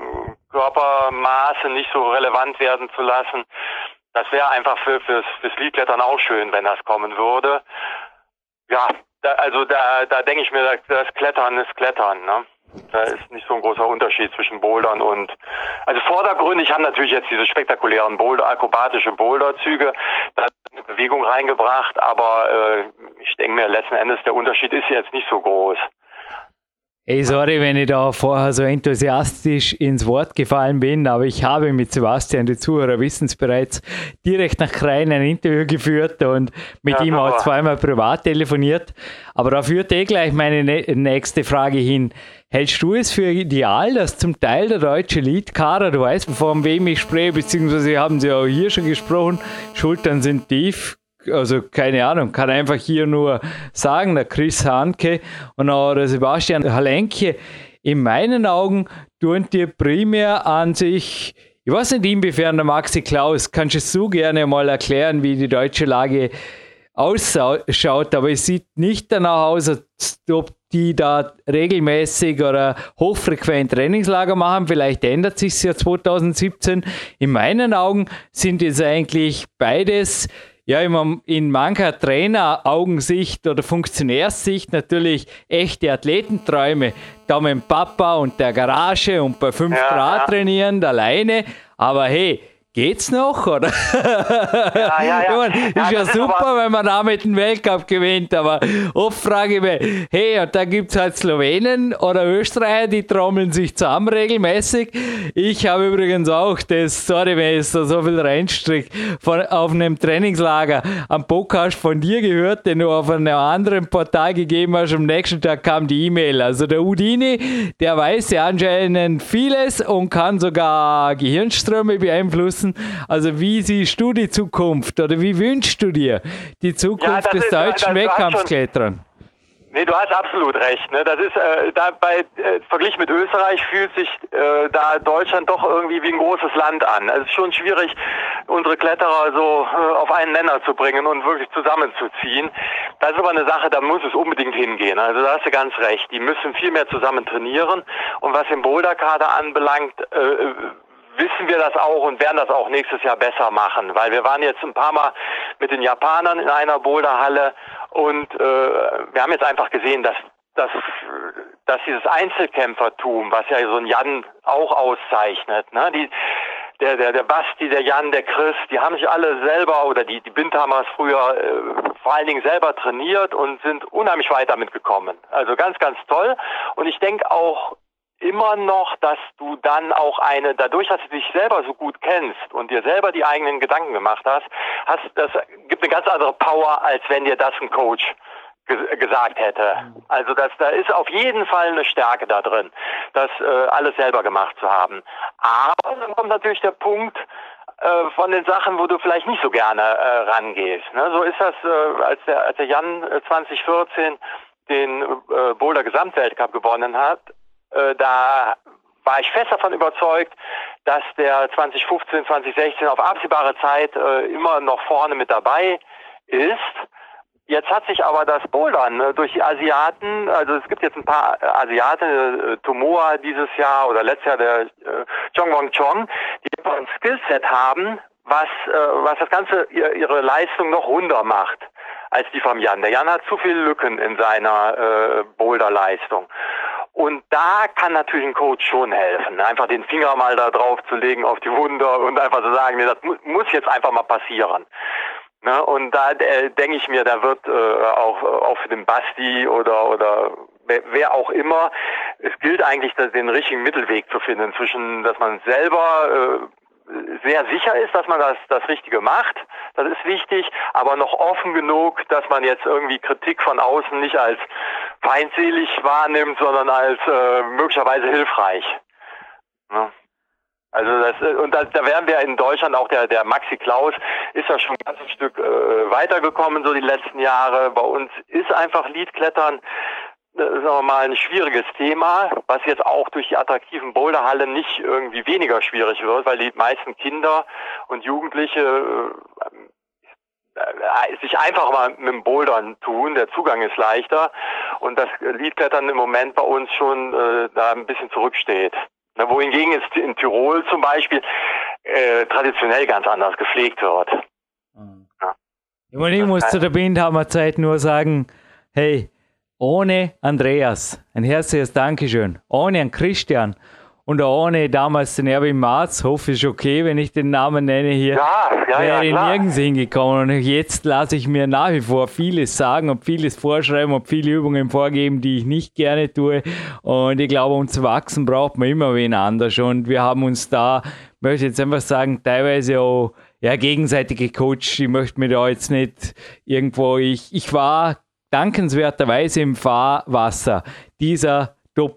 Körpermaße nicht so relevant werden zu lassen. Das wäre einfach für fürs, fürs Leadklettern auch schön, wenn das kommen würde. Ja, da, also da, da denke ich mir, das Klettern ist Klettern, ne? Da ist nicht so ein großer Unterschied zwischen Bouldern und, also vordergründig haben natürlich jetzt diese spektakulären Boulder, akrobatische Boulderzüge, da hat eine Bewegung reingebracht, aber äh, ich denke mir, letzten Endes der Unterschied ist jetzt nicht so groß. Ey, sorry, wenn ich da vorher so enthusiastisch ins Wort gefallen bin, aber ich habe mit Sebastian, die Zuhörer wissen es bereits, direkt nach Krain ein Interview geführt und mit ja, ihm auch zweimal privat telefoniert. Aber da führt eh gleich meine ne- nächste Frage hin. Hältst du es für ideal, dass zum Teil der deutsche Leadkader, du weißt, von wem ich spreche, beziehungsweise haben sie auch hier schon gesprochen, Schultern sind tief, also keine Ahnung, kann einfach hier nur sagen, der Chris Hanke und auch der Sebastian Halenke, in meinen Augen tun die primär an sich, ich weiß nicht inwiefern der Maxi Klaus, kannst du es so gerne mal erklären, wie die deutsche Lage ausschaut, aber es sieht nicht danach aus, als ob die da regelmäßig oder hochfrequent Trainingslager machen. Vielleicht ändert sich es ja zwanzig siebzehn. In meinen Augen sind es eigentlich beides, ja, in mancher Trainer-Augensicht oder Funktionärssicht natürlich echte Athletenträume. Da mit dem Papa und der Garage und bei fünf ja, Grad ja. trainieren, alleine. Aber hey, geht's noch, oder? Ja, ja, ja. Ich meine, ist ja, ja super, wenn man damit den Weltcup gewinnt, aber oft frage ich mich, hey, und da gibt's halt Slowenen oder Österreicher, die trommeln sich zusammen regelmäßig. Ich habe übrigens auch das, sorry, wenn ich da so viel reinstrick, von, auf einem Trainingslager am Podcast von dir gehört, den du auf einem anderen Portal gegeben hast. Am nächsten Tag kam die E-Mail. Also der Udini, der weiß ja anscheinend vieles und kann sogar Gehirnströme beeinflussen. Also wie siehst du die Zukunft oder wie wünschst du dir die Zukunft ja, des ist, deutschen Wettkampfkletterern? Nee, du hast absolut recht. Ne? Das ist äh, da bei äh, verglichen mit Österreich fühlt sich äh, da Deutschland doch irgendwie wie ein großes Land an. Es ist schon schwierig, unsere Kletterer so äh, auf einen Nenner zu bringen und wirklich zusammenzuziehen. Das ist aber eine Sache, da muss es unbedingt hingehen. Also da hast du ganz recht. Die müssen viel mehr zusammen trainieren. Und was den Boulderkader anbelangt, äh, wissen wir das auch und werden das auch nächstes Jahr besser machen, weil wir waren jetzt ein paar Mal mit den Japanern in einer Boulderhalle und äh, wir haben jetzt einfach gesehen, dass, dass, dass dieses Einzelkämpfertum, was ja so ein Jan auch auszeichnet, ne, die, der, der, der Basti, der Jan, der Chris, die haben sich alle selber, oder die, die Bindhamers früher äh, vor allen Dingen selber trainiert und sind unheimlich weit damit gekommen. Also ganz, ganz toll. Und ich denke auch immer noch, dass du dann auch eine, dadurch, dass du dich selber so gut kennst und dir selber die eigenen Gedanken gemacht hast, hast das gibt eine ganz andere Power, als wenn dir das ein Coach ge- gesagt hätte. Also das, da ist auf jeden Fall eine Stärke da drin, das äh, alles selber gemacht zu haben. Aber dann kommt natürlich der Punkt äh, von den Sachen, wo du vielleicht nicht so gerne äh, rangehst. Ne? So ist das, äh, als der, als der Jan äh, zwanzig vierzehn den äh, Boulder Gesamtweltcup gewonnen hat, äh, da war ich fest davon überzeugt, dass der zwanzig fünfzehn, zwanzig sechzehn auf absehbare Zeit äh, immer noch vorne mit dabei ist. Jetzt hat sich aber das Bouldern äh, durch die Asiaten, also es gibt jetzt ein paar äh, Asiaten, äh, Tomoa dieses Jahr oder letztes Jahr der äh, Chongwon Chong, die einfach ein Skillset haben, was äh, was das Ganze ihr, ihre Leistung noch runder macht als die vom Jan. Der Jan hat zu viele Lücken in seiner äh, Boulderleistung. Und da kann natürlich ein Coach schon helfen, einfach den Finger mal da drauf zu legen auf die Wunder und einfach zu sagen, nee, das mu- muss jetzt einfach mal passieren. Ne? Und da äh, denke ich mir, da wird äh, auch, auch für den Basti oder oder wer, wer auch immer, es gilt eigentlich, den richtigen Mittelweg zu finden zwischen, dass man selber äh, sehr sicher ist, dass man das, das Richtige macht, das ist wichtig, aber noch offen genug, dass man jetzt irgendwie Kritik von außen nicht als feindselig wahrnimmt, sondern als äh, möglicherweise hilfreich. Ja. Also das, und da, da wären wir in Deutschland, auch der, der Maxi Klaus ist ja schon ein ganzes Stück äh, weitergekommen, so die letzten Jahre. Bei uns ist einfach Leadklettern, sagen wir mal, ein schwieriges Thema, was jetzt auch durch die attraktiven Boulderhallen nicht irgendwie weniger schwierig wird, weil die meisten Kinder und Jugendliche äh, äh, sich einfach mal mit dem Bouldern tun, der Zugang ist leichter und das Leadklettern im Moment bei uns schon äh, da ein bisschen zurücksteht. Na, wohingegen es in Tirol zum Beispiel äh, traditionell ganz anders gepflegt wird. Mhm. Ja. Ich, meine, ich muss zu der Bindhammer Zeit nur sagen, hey, ohne Andreas, ein herzliches Dankeschön, ohne einen Christian und auch ohne damals den Erwin Marz, hoffe ich okay, wenn ich den Namen nenne hier, ja, ja, wäre ich ja, nirgends hingekommen. Und jetzt lasse ich mir nach wie vor vieles sagen und vieles vorschreiben und viele Übungen vorgeben, die ich nicht gerne tue. Und ich glaube, um zu wachsen, braucht man immer wen anders. Und wir haben uns da, möchte jetzt einfach sagen, teilweise auch ja, gegenseitig gecoacht. Ich möchte mir da jetzt nicht irgendwo, ich, ich war dankenswerterweise im Fahrwasser dieser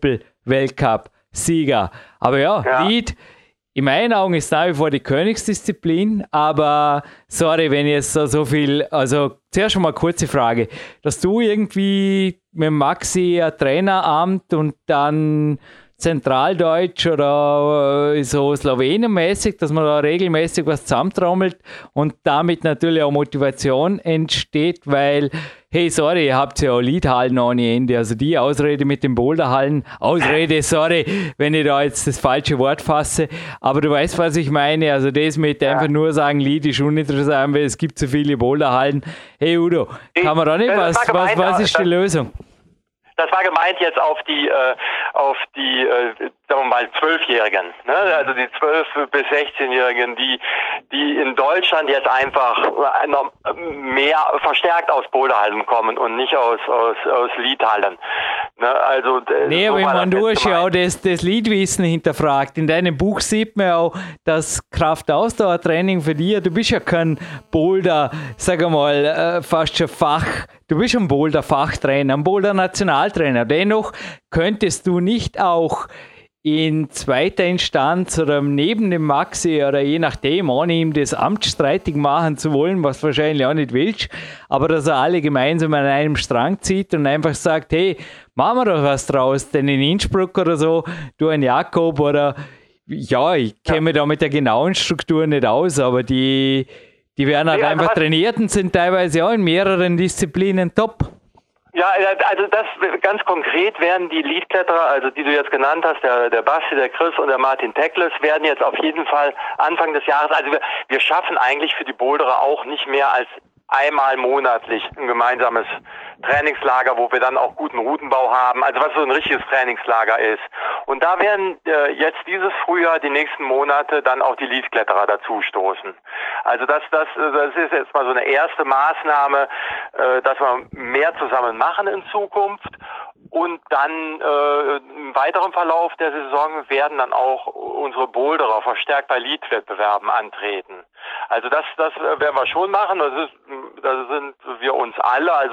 Doppel-Weltcup-Sieger. Aber ja, ja, Lead, in meinen Augen ist nach wie vor die Königsdisziplin, aber sorry, wenn jetzt so, so viel, also zuerst schon mal eine kurze Frage, dass du irgendwie mit Maxi ein Traineramt und dann Zentraldeutsch oder so slowenienmäßig, dass man da regelmäßig was zusammentrommelt und damit natürlich auch Motivation entsteht, weil, hey, sorry, ihr habt ja auch Leadhallen ohne Ende, also die Ausrede mit den Boulderhallen, Ausrede, sorry, wenn ich da jetzt das falsche Wort fasse, aber du weißt, was ich meine, also das mit ja. einfach nur sagen, Lead ist uninteressant, weil es gibt so viele Boulderhallen. Hey Udo, kann man da nicht, was, was, was ist die Lösung? Das war gemeint jetzt auf die, äh, auf die, äh, sagen wir mal, Zwölfjährigen, ne? Also die zwölf bis sechzehnjährigen, die, die in Deutschland jetzt einfach noch mehr verstärkt aus Boulderhallen kommen und nicht aus, aus, aus Leadhallen. Ne? Also, nee, so aber man, du hast ja auch das, das Leadwissen hinterfragt. In deinem Buch sieht man auch das Kraftausdauertraining für dich. Du bist ja kein Boulder, sag mal, äh, fast schon Fach. Du bist ein Boulder-Fachtrainer, ein Boulder-Nationaltrainer. Dennoch könntest du nicht auch in zweiter Instanz oder neben dem Maxi oder je nachdem, ohne ihm das Amt streitig machen zu wollen, was du wahrscheinlich auch nicht willst, aber dass er alle gemeinsam an einem Strang zieht und einfach sagt, hey, machen wir doch was draus, denn in Innsbruck oder so, du ein Jakob oder, ja, ich kenne mich da mit der genauen Struktur nicht aus, aber die... Die werden halt ja, also einfach trainiert und sind teilweise auch in mehreren Disziplinen top. Ja, also das ganz konkret werden die Leadkletterer, also die du jetzt genannt hast, der, der Basti, der Chris und der Martin Tekles, werden jetzt auf jeden Fall Anfang des Jahres, also wir, wir schaffen eigentlich für die Boulderer auch nicht mehr als einmal monatlich ein gemeinsames Trainingslager, wo wir dann auch guten Routenbau haben, also was so ein richtiges Trainingslager ist. Und da werden äh, jetzt dieses Frühjahr, die nächsten Monate, dann auch die Leadkletterer dazustoßen. Also das, das, das ist jetzt mal so eine erste Maßnahme, äh, dass wir mehr zusammen machen in Zukunft. Und dann äh, im weiteren Verlauf der Saison werden dann auch unsere Boulderer verstärkt bei Lead-Wettbewerben antreten. Also das, das werden wir schon machen. Das ist, da sind wir uns alle, also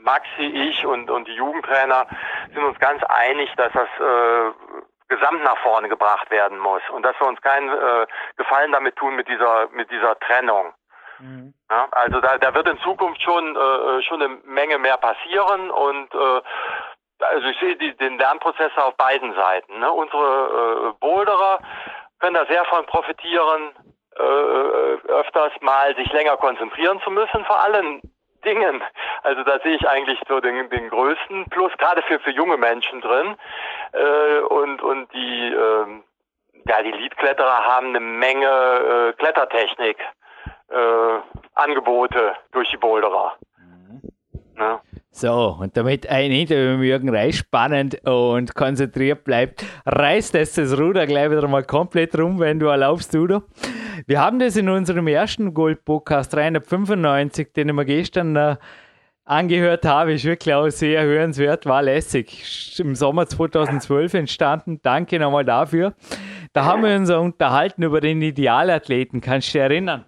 Maxi, ich und, und die Jugendtrainer sind uns ganz einig, dass das äh, gesamt nach vorne gebracht werden muss und dass wir uns keinen äh, Gefallen damit tun mit dieser mit dieser Trennung. Mhm. Ja, also da, da wird in Zukunft schon äh, schon eine Menge mehr passieren und äh, also ich sehe die, den Lernprozess auf beiden Seiten. Ne? Unsere äh, Boulderer können da sehr von profitieren, äh, öfters mal sich länger konzentrieren zu müssen, vor allen Dingen. Also da sehe ich eigentlich so den, den größten Plus, gerade für, für junge Menschen drin. Äh, und und die, äh, ja, die Leadkletterer haben eine Menge äh, Klettertechnik, äh, Angebote durch die Boulderer. Mhm. Ne? So, und damit ein Interview mit Jürgen Reis spannend und konzentriert bleibt, reißt es das Ruder gleich wieder mal komplett rum, wenn du erlaubst, Udo. Wir haben das in unserem ersten Gold-Podcast dreihundertfünfundneunzig, den ich mir gestern äh, angehört habe, ist wirklich auch sehr hörenswert, war lässig. Im Sommer zweitausendzwölf entstanden, danke nochmal dafür. Da haben wir uns unterhalten über den Idealathleten, kannst du dich erinnern?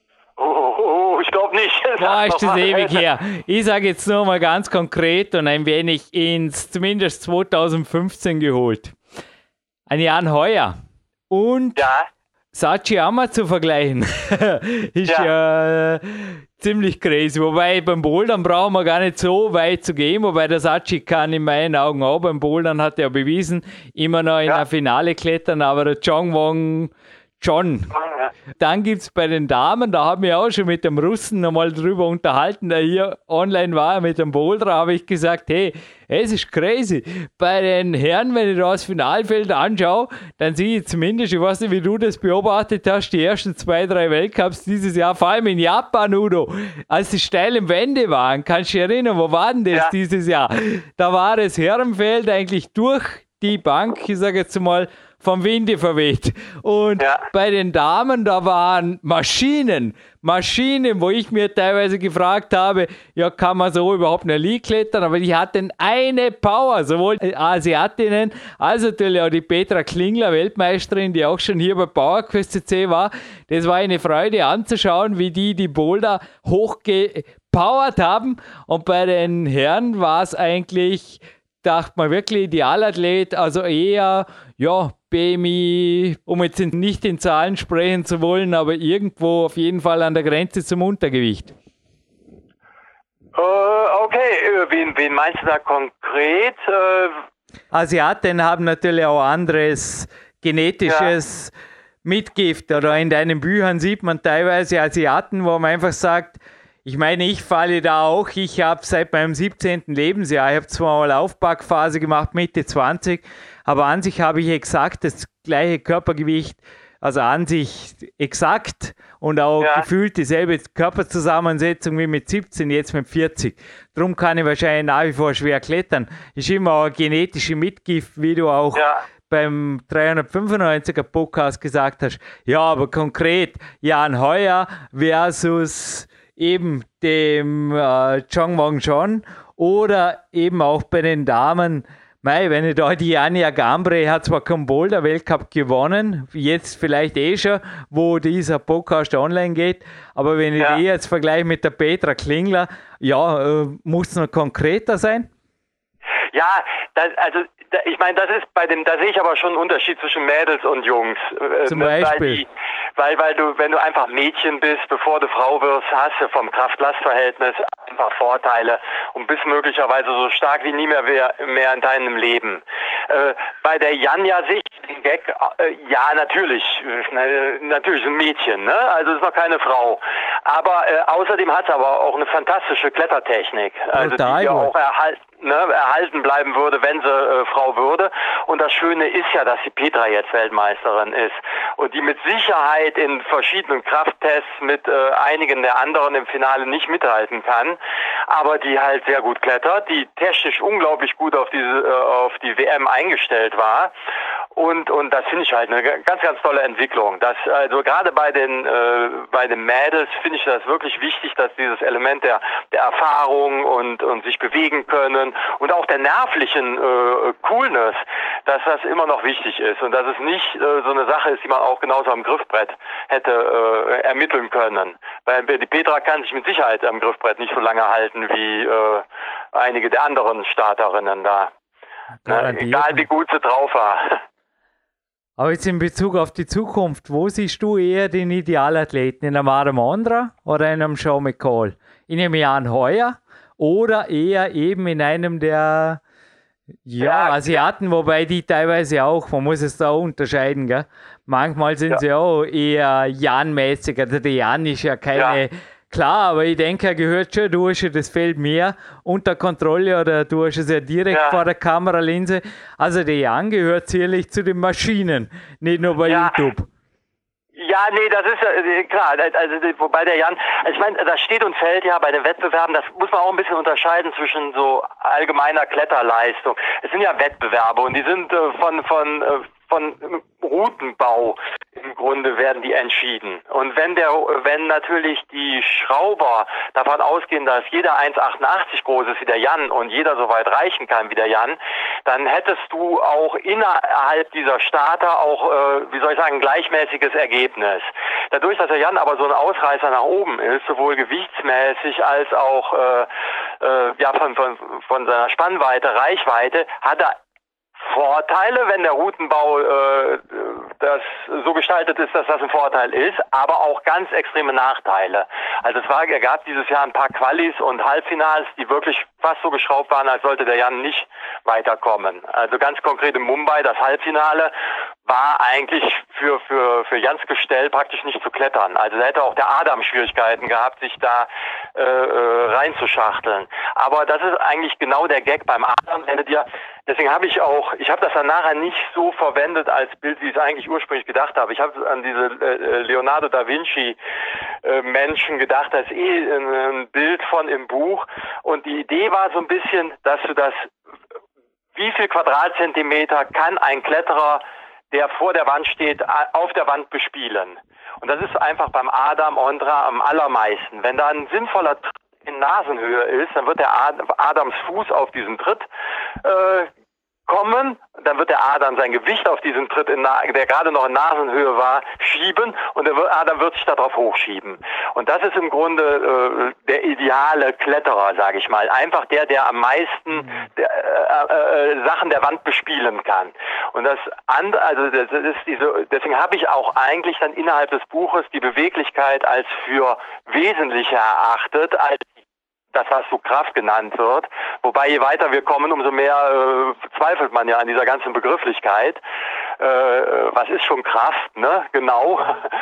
Oh, ich glaube nicht. Da ist das ewig her. Ich sage jetzt nur mal ganz konkret und ein wenig ins zumindest zweitausendfünfzehn geholt. Ein Jan Heuer und ja. Sachiyama zu vergleichen, ist ja, ja ziemlich crazy. Wobei beim Bouldern brauchen wir gar nicht so weit zu gehen, wobei der Sachi kann in meinen Augen auch beim Bouldern, hat er bewiesen, immer noch in ja. der Finale klettern, aber der Chongwon John. Dann gibt es bei den Damen, da haben wir auch schon mit dem Russen nochmal drüber unterhalten, der hier online war mit dem Boulder, habe ich gesagt, hey, es ist crazy. Bei den Herren, wenn ich da das Finalfeld anschaue, dann sehe ich zumindest, ich weiß nicht, wie du das beobachtet hast, die ersten zwei, drei Weltcups dieses Jahr, vor allem in Japan, Udo, als die steilen Wände waren, kannst du dich erinnern, wo war denn das ja. dieses Jahr? Da war das Herrenfeld eigentlich durch die Bank, ich sage jetzt mal, vom Winde verweht. Und ja. bei den Damen, da waren Maschinen, Maschinen, wo ich mir teilweise gefragt habe, ja, kann man so überhaupt eine League klettern? Aber die hatten eine Power, sowohl Asiatinnen als natürlich auch die Petra Klingler, Weltmeisterin, die auch schon hier bei PowerQuest C C war. Das war eine Freude anzuschauen, wie die die Boulder hochgepowert haben. Und bei den Herren war es eigentlich, dachte man wirklich, Idealathlet, also eher, ja, B M I, um jetzt nicht in Zahlen sprechen zu wollen, aber irgendwo auf jeden Fall an der Grenze zum Untergewicht. Uh, okay, wen, wen meinst du da konkret? Uh Asiaten haben natürlich auch anderes genetisches ja. Mitgift, oder in deinen Büchern sieht man teilweise Asiaten, wo man einfach sagt, ich meine, ich falle da auch. Ich habe seit meinem siebzehnten Lebensjahr, ich habe zwar mal Aufbackphase gemacht, Mitte zwanzig, aber an sich habe ich exakt das gleiche Körpergewicht, also an sich exakt und auch ja. gefühlt dieselbe Körperzusammensetzung wie mit siebzehn, jetzt mit vierzig. Darum kann ich wahrscheinlich nach wie vor schwer klettern. Ist immer auch eine genetische Mitgift, wie du auch ja. beim dreihundertfünfundneunziger Podcast gesagt hast. Ja, aber konkret Jan Heuer versus eben dem äh, Chongwon John oder eben auch bei den Damen, mei, wenn ich da die Anja Gambre hat zwar keinen Boulder-Weltcup gewonnen, jetzt vielleicht eh schon, wo dieser Podcast online geht, aber wenn ich ja. die jetzt vergleiche mit der Petra Klingler, ja, äh, muss es noch konkreter sein? Ja, das, also da, ich meine, das ist bei dem, da sehe ich aber schon einen Unterschied zwischen Mädels und Jungs. Zum Beispiel? Weil, die, weil, weil du, wenn du einfach Mädchen bist, bevor du Frau wirst, hast du vom Kraft-Last-Verhältnis einfach Vorteile und bist möglicherweise so stark wie nie mehr mehr in deinem Leben. Äh, bei der Janja sehe ich den Gag, äh, ja, natürlich, äh, natürlich ein Mädchen, ne? Also ist noch keine Frau. Aber äh, außerdem hat es aber auch eine fantastische Klettertechnik, also die ja auch erhalten. Ne, erhalten bleiben würde, wenn sie äh, Frau würde. Und das Schöne ist ja, dass die Petra jetzt Weltmeisterin ist und die mit Sicherheit in verschiedenen Krafttests mit äh, einigen der anderen im Finale nicht mithalten kann, aber die halt sehr gut klettert, die technisch unglaublich gut auf diese äh, auf die W M eingestellt war Und, und das finde ich halt eine ganz, ganz tolle Entwicklung. Das, also gerade bei den, äh, bei den Mädels finde ich das wirklich wichtig, dass dieses Element der, der Erfahrung und, und sich bewegen können und auch der nervlichen äh, Coolness, dass das immer noch wichtig ist und dass es nicht äh, so eine Sache ist, die man auch genauso am Griffbrett hätte äh, ermitteln können. Weil die Petra kann sich mit Sicherheit am Griffbrett nicht so lange halten wie äh, einige der anderen Starterinnen da. Na, egal wie gut sie drauf war. Aber jetzt in Bezug auf die Zukunft, wo siehst du eher den Idealathleten? In einem Adam Ondra oder in einem Sean McCall? In einem Jan Heuer oder eher eben in einem der ja, ja, Asiaten, wobei die teilweise auch, man muss es da unterscheiden, gell? Manchmal sind ja. sie auch eher Jan-mäßig, also der Jan ist ja keine... Ja. Klar, aber ich denke, er gehört schon, du hast ja das Feld mehr unter Kontrolle oder du hast es ja direkt ja. vor der Kameralinse. Also der Jan gehört sicherlich zu den Maschinen, nicht nur bei ja. YouTube. Ja, nee, das ist ja klar, also wobei der Jan, also ich meine, das steht und fällt ja bei den Wettbewerben, das muss man auch ein bisschen unterscheiden zwischen so allgemeiner Kletterleistung. Es sind ja Wettbewerbe und die sind äh, von, von, äh, von Routenbau im Grunde werden die entschieden. Und wenn der, wenn natürlich die Schrauber davon ausgehen, dass jeder eins Komma achtundachtzig groß ist wie der Jan und jeder so weit reichen kann wie der Jan, dann hättest du auch innerhalb dieser Starter auch, äh, wie soll ich sagen, ein gleichmäßiges Ergebnis. Dadurch, dass der Jan aber so ein Ausreißer nach oben ist, sowohl gewichtsmäßig als auch äh, äh, ja von, von, von seiner Spannweite, Reichweite, hat er Vorteile, wenn der Routenbau äh, das so gestaltet ist, dass das ein Vorteil ist, aber auch ganz extreme Nachteile. Also es war, er gab dieses Jahr ein paar Qualis und Halbfinals, die wirklich fast so geschraubt waren, als sollte der Jan nicht weiterkommen. Also ganz konkret in Mumbai, das Halbfinale war eigentlich für für für Jans Gestell praktisch nicht zu klettern. Also da hätte auch der Adam Schwierigkeiten gehabt, sich da äh, reinzuschachteln. Aber das ist eigentlich genau der Gag beim Adam. Wenn du dir, deswegen habe ich auch, ich habe das dann nachher nicht so verwendet als Bild, wie ich es eigentlich ursprünglich gedacht habe. Ich habe an diese äh, Leonardo da Vinci äh, Menschen gedacht, das ist eh ein, ein Bild von im Buch. Und die Idee war so ein bisschen, dass du das, wie viel Quadratzentimeter kann ein Kletterer, der vor der Wand steht, auf der Wand bespielen. Und das ist einfach beim Adam Ondra am allermeisten. Wenn da ein sinnvoller Tritt in Nasenhöhe ist, dann wird der Ad- Adams Fuß auf diesen Tritt äh, kommen, dann wird der Adam sein Gewicht auf diesen Tritt, in Na- der gerade noch in Nasenhöhe war, schieben und der wird, Adam wird sich darauf hochschieben. Und das ist im Grunde äh, der ideale Kletterer, sage ich mal. Einfach der, der am meisten der, äh, äh, Sachen der Wand bespielen kann. Und das andere, also das ist diese, deswegen habe ich auch eigentlich dann innerhalb des Buches die Beweglichkeit als für wesentlicher erachtet, als das, was so Kraft genannt wird. Wobei, je weiter wir kommen, umso mehr äh, zweifelt man ja an dieser ganzen Begrifflichkeit. Äh, was ist schon Kraft, ne? Genau.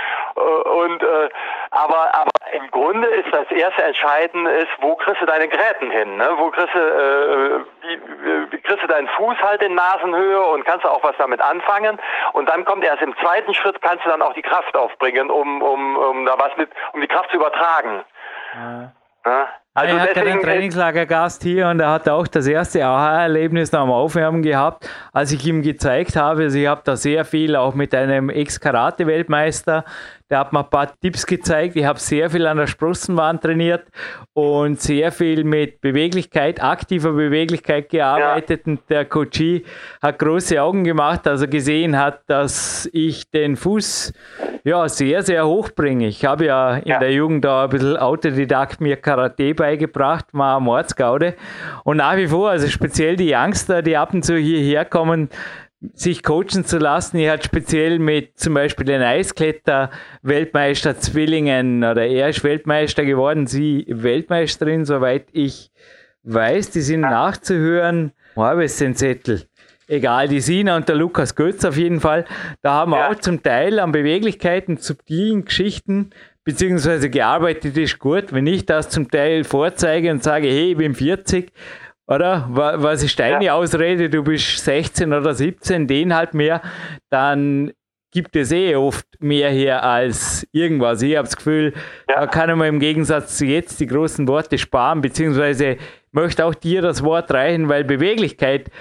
Und äh, aber aber im Grunde ist das erste Entscheidende ist, wo kriegst du deine Gräten hin, ne? Wo kriegst du äh, wie, wie kriegst du deinen Fuß halt in Nasenhöhe und kannst du auch was damit anfangen? Und dann kommt erst im zweiten Schritt kannst du dann auch die Kraft aufbringen, um um um da was mit um die Kraft zu übertragen. Ja. Ja? Also ich hatte einen Trainingslagergast hier und er hat auch das erste Aha-Erlebnis nach dem Aufwärmen gehabt, als ich ihm gezeigt habe, also ich habe da sehr viel auch mit einem Ex-Karate-Weltmeister, der hat mir ein paar Tipps gezeigt, ich habe sehr viel an der Sprossenwand trainiert und sehr viel mit Beweglichkeit, aktiver Beweglichkeit gearbeitet ja. Und der Coachie hat große Augen gemacht, als er gesehen hat, dass ich den Fuß ja, sehr, sehr hoch bringe. Ich habe ja in ja. der Jugend da ein bisschen Autodidakt mir Karate beigebracht, war Mordsgaude. Und nach wie vor, also speziell die Youngster, die ab und zu hierher kommen, sich coachen zu lassen. Ich hatte speziell mit zum Beispiel den Eiskletter-Weltmeister Zwillingen oder er ist Weltmeister geworden, sie Weltmeisterin, soweit ich weiß. Die sind nachzuhören. Wo habe ich den Zettel? Egal, die Sina und der Lukas Götz auf jeden Fall. Da haben wir ja. auch zum Teil an Beweglichkeiten, subtilen Geschichten, beziehungsweise gearbeitet ist gut. Wenn ich das zum Teil vorzeige und sage, hey, ich bin vierzig, oder? Was ist deine ja. Ausrede? Du bist sechzehn oder siebzehn, den halt mehr, dann gibt es eh oft mehr her als irgendwas. Ich habe das Gefühl, ja. da kann man im Gegensatz zu jetzt die großen Worte sparen, beziehungsweise möchte auch dir das Wort reichen, weil Beweglichkeit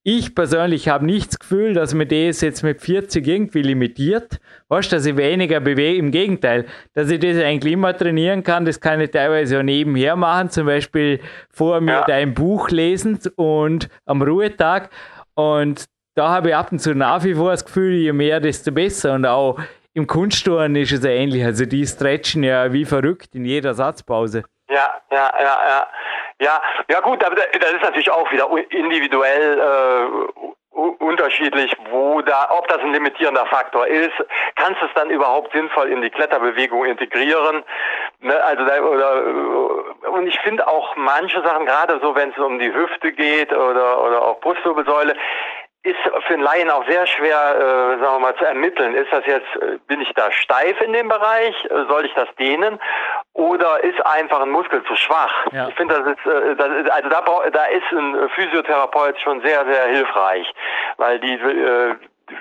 ich persönlich habe nicht das Gefühl, dass mir das jetzt mit vierzig irgendwie limitiert. Weißt du, dass ich weniger bewege? Im Gegenteil, dass ich das eigentlich immer trainieren kann. Das kann ich teilweise auch nebenher machen. Zum Beispiel vor mir ja. dein Buch lesen und am Ruhetag. Und da habe ich ab und zu nach wie vor das Gefühl, je mehr, desto besser. Und auch im Kunstturnen ist es ähnlich. Also die stretchen ja wie verrückt in jeder Satzpause. Ja, ja, ja, ja. Ja, ja gut, aber das ist natürlich auch wieder individuell äh, unterschiedlich, wo da, ob das ein limitierender Faktor ist. Kannst du es dann überhaupt sinnvoll in die Kletterbewegung integrieren? Ne, also da, oder, und ich finde auch manche Sachen, gerade so, wenn es um die Hüfte geht oder oder auch Brustwirbelsäule, ist für einen Laien auch sehr schwer, äh, sagen wir mal, zu ermitteln. Ist das jetzt, bin ich da steif in dem Bereich? Soll ich das dehnen? Oder ist einfach ein Muskel zu schwach? Ja. Ich finde, das ist, äh, das ist, also da, da ist ein Physiotherapeut schon sehr, sehr hilfreich, weil die, äh,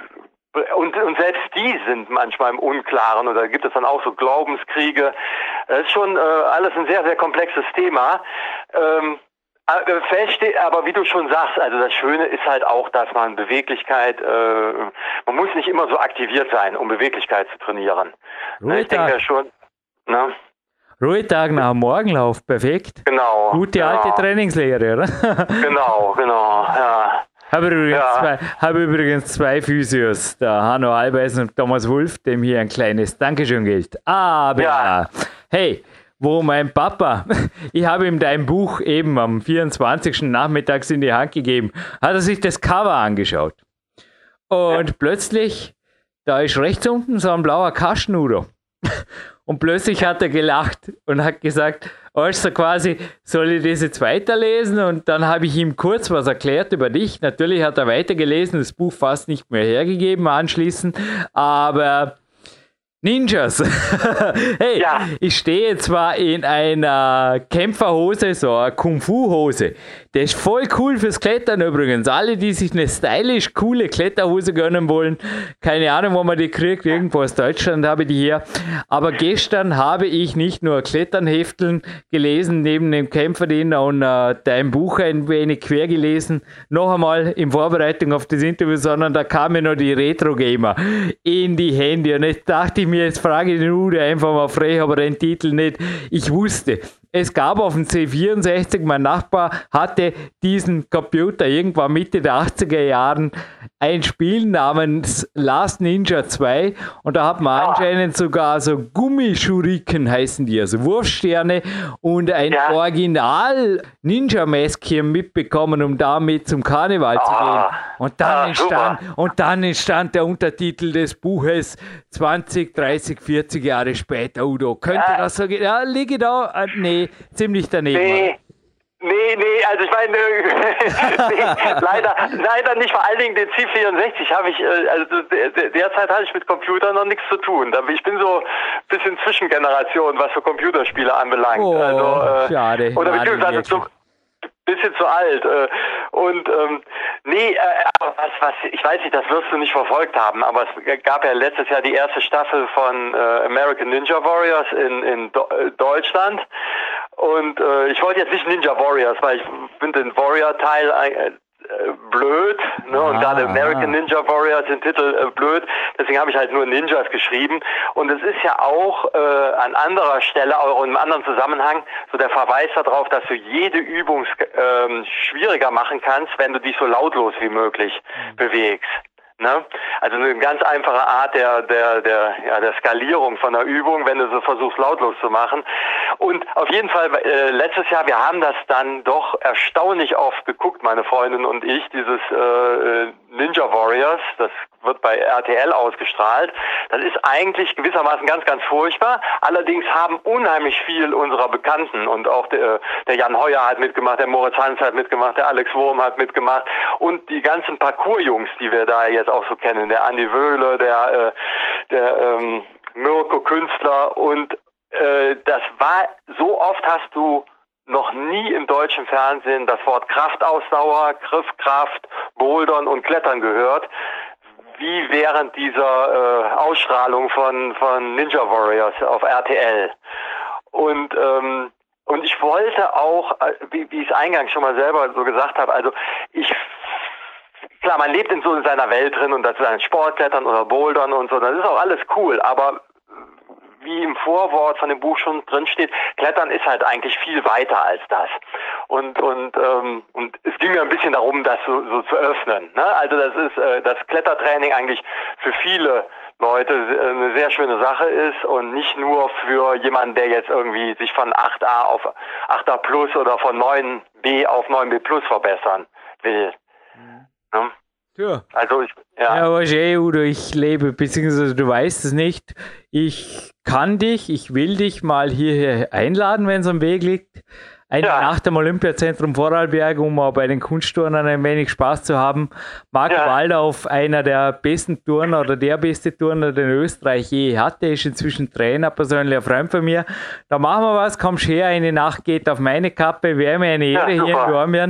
und, und selbst die sind manchmal im Unklaren, oder gibt es dann auch so Glaubenskriege. Das ist schon äh, alles ein sehr, sehr komplexes Thema. Ähm, Feststeht, aber wie du schon sagst, also das Schöne ist halt auch, dass man Beweglichkeit, äh, man muss nicht immer so aktiviert sein, um Beweglichkeit zu trainieren. Ruhetag. Ich denke ja schon, ne? Ruhetag nach dem Morgenlauf, perfekt. Genau. Gute genau. alte Trainingslehre, oder? Genau, genau, ja. Habe übrigens, ja. zwei, habe übrigens zwei Physios, der Hanno Albeisen und Thomas Wulff, dem hier ein kleines Dankeschön gilt. Aber, ja. hey, wo mein Papa, ich habe ihm dein Buch eben am vierundzwanzigsten nachmittags in die Hand gegeben, hat er sich das Cover angeschaut. Und ja. plötzlich, da ist rechts unten so ein blauer Kasten, Udo. Und plötzlich hat er gelacht und hat gesagt, also quasi, soll ich das jetzt weiterlesen? Und dann habe ich ihm kurz was erklärt über dich. Natürlich hat er weitergelesen, das Buch fast nicht mehr hergegeben anschließend, aber Ninjas. Hey, ja. Ich stehe zwar in einer Kämpferhose, so einer Kung-Fu-Hose. Der ist voll cool fürs Klettern übrigens. Alle, die sich eine stylisch coole Kletterhose gönnen wollen, keine Ahnung, wo man die kriegt, irgendwo aus Deutschland habe ich die hier. Aber gestern habe ich nicht nur Kletternhefteln gelesen, neben dem Kämpferdiener und äh, dein Buch ein wenig quer gelesen, noch einmal in Vorbereitung auf das Interview, sondern da kamen noch die Retro-Gamer in die Hände. Und jetzt dachte ich mir, jetzt frage ich den Udo einfach mal frech, aber den Titel nicht. Ich wusste, es gab auf dem C vierundsechzig, mein Nachbar hatte diesen Computer irgendwann Mitte der achtziger Jahren ein Spiel namens Last Ninja zwei und da hat man anscheinend sogar so Gummischuriken heißen die, also Wurfsterne und ein ja. Original Ninja-Mäskchen mitbekommen, um damit zum Karneval zu gehen. Und dann, ah, entstand, und dann entstand der Untertitel des Buches zwanzig, dreißig, vierzig Jahre später, Udo. Könnte ja. das so gehen? Ja, liege da? Äh, nee, ziemlich daneben. Nee. Nee, nee, also ich meine, nee, leider, leider nicht, vor allen Dingen den C vierundsechzig habe ich, also derzeit hatte ich mit Computern noch nichts zu tun. Ich bin so ein bisschen Zwischengeneration, was so Computerspiele anbelangt. Oh, also, äh, schade. Oder beziehungsweise so bisschen zu alt. Äh, und ähm, nee, äh, aber was, was, ich weiß nicht, das wirst du nicht verfolgt haben, aber es gab ja letztes Jahr die erste Staffel von äh, American Ninja Warriors in, in Do- Deutschland. Und äh, ich wollte jetzt nicht Ninja Warriors, weil ich finde den Warrior-Teil äh, blöd, ne? Und ah, gerade American ah. Ninja Warriors, den Titel äh, blöd, deswegen habe ich halt nur Ninjas geschrieben. Und es ist ja auch äh, an anderer Stelle, auch in einem anderen Zusammenhang, so der Verweis darauf, dass du jede Übung äh, schwieriger machen kannst, wenn du dich so lautlos wie möglich mhm. bewegst. Ne? Also eine ganz einfache Art der der der ja der Skalierung von der Übung, wenn du so versuchst lautlos zu machen. Und auf jeden Fall äh, letztes Jahr, wir haben das dann doch erstaunlich oft geguckt, meine Freundin und ich, dieses äh, Ninja Warriors, das wird bei R T L ausgestrahlt. Das ist eigentlich gewissermaßen ganz, ganz furchtbar. Allerdings haben unheimlich viel unserer Bekannten und auch der, der Jan Heuer hat mitgemacht, der Moritz Hans hat mitgemacht, der Alex Wurm hat mitgemacht und die ganzen Parkour-Jungs, die wir da jetzt auch so kennen, der Andi Wöhle, der, äh, der ähm, Mirko Künstler und äh, das war, so oft hast du noch nie im deutschen Fernsehen das Wort Kraftausdauer, Griffkraft, Bouldern und Klettern gehört, wie während dieser äh, Ausstrahlung von von Ninja Warriors auf R T L. Und ähm, und ich wollte auch, wie, wie ich es eingangs schon mal selber so gesagt habe, also ich klar, man lebt in so in seiner Welt drin und das ist ein Sportklettern oder Bouldern und so, das ist auch alles cool, aber wie im Vorwort von dem Buch schon drin steht, Klettern ist halt eigentlich viel weiter als das. Und und ähm, und es ging mir ein bisschen darum, das so, so zu öffnen. Ne? Also das ist äh, das Klettertraining eigentlich für viele Leute eine sehr schöne Sache ist und nicht nur für jemanden, der jetzt irgendwie sich von acht a auf acht a plus oder von neun b auf neun b plus verbessern will. Mhm. Ne? Ja. Also ich, ja. Ja, weißt du, eh, Udo, ich lebe, beziehungsweise du weißt es nicht. Ich kann dich, ich will dich mal hierher einladen, wenn es am Weg liegt. Eine Ja. Nacht am Olympiazentrum Vorarlberg, um auch bei den Kunstturnern ein wenig Spaß zu haben. Marc Ja. Waldorf, einer der besten Turner oder der beste Turner, den Österreich je hatte, ist inzwischen Trainer, persönlicher Freund von mir. Da machen wir was, kommst her, eine Nacht geht auf meine Kappe, wäre mir eine Ehre Ja, hier in Dormien.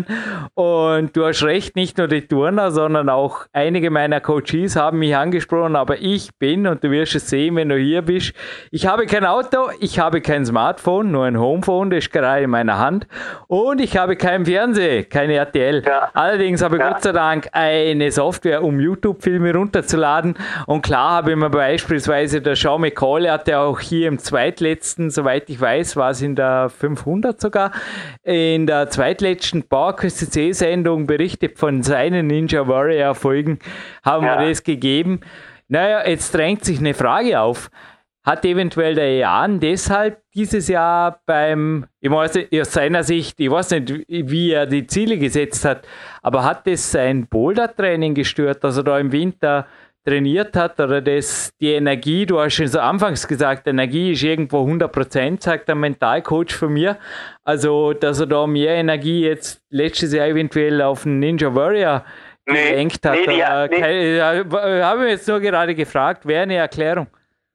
Und du hast recht, nicht nur die Turner, sondern auch einige meiner Coaches haben mich angesprochen, aber ich bin, und du wirst es sehen, wenn du hier bist, ich habe kein Auto, ich habe kein Smartphone, nur ein Homephone, das ist gerade in meiner Hand. Und ich habe keinen Fernseher, keine R T L. Ja. Allerdings habe ich Ja. Gott sei Dank eine Software, um YouTube-Filme runterzuladen. Und klar habe ich mir beispielsweise der Sean McCall, hat ja auch hier im zweitletzten, soweit ich weiß, war es in der fünfhundert sogar, in der zweitletzten PowerQuest C C-Sendung berichtet von seinen Ninja Warrior-Folgen, haben Ja. wir das gegeben. Naja, jetzt drängt sich eine Frage auf. Hat eventuell der Jan deshalb dieses Jahr beim, ich weiß nicht, aus seiner Sicht, ich weiß nicht, wie er die Ziele gesetzt hat, aber hat das sein Boulder-Training gestört, dass er da im Winter trainiert hat oder das, die Energie, du hast schon so anfangs gesagt, Energie ist irgendwo hundert Prozent, sagt der Mentalcoach von mir, also dass er da mehr Energie jetzt letztes Jahr eventuell auf den Ninja Warrior Nee, gelenkt hat. nee, die- oder, nee. keine- habe ich jetzt nur gerade gefragt, wäre eine Erklärung.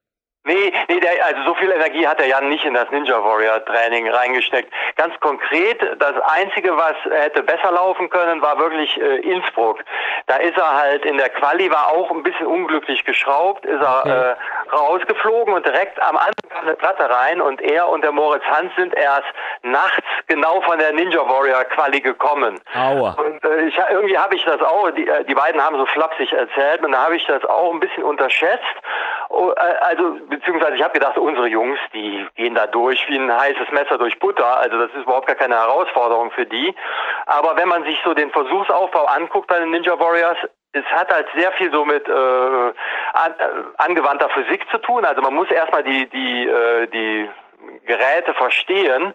Nee, nee, der, also so viel Energie hat der Jan nicht in das Ninja Warrior Training reingesteckt. Ganz konkret, das Einzige, was hätte besser laufen können, war wirklich äh, Innsbruck. Da ist er halt in der Quali, war auch ein bisschen unglücklich geschraubt, ist er Okay. äh, rausgeflogen und direkt am Anfang kam eine Platte rein und er und der Moritz Hans sind erst nachts genau von der Ninja Warrior Quali gekommen. Aua. Und äh, ich, irgendwie habe ich das auch, die, äh, die beiden haben so flapsig erzählt und da habe ich das auch ein bisschen unterschätzt. Oh, äh, also, beziehungsweise ich habe gedacht, unsere Jungs, die gehen da durch wie ein heißes Messer durch Butter, also das ist überhaupt gar keine Herausforderung für die. Aber wenn man sich so den Versuchsaufbau anguckt bei den Ninja Warriors, es hat halt sehr viel so mit äh, an, äh, angewandter Physik zu tun, also man muss erstmal die, die, äh, die Geräte verstehen,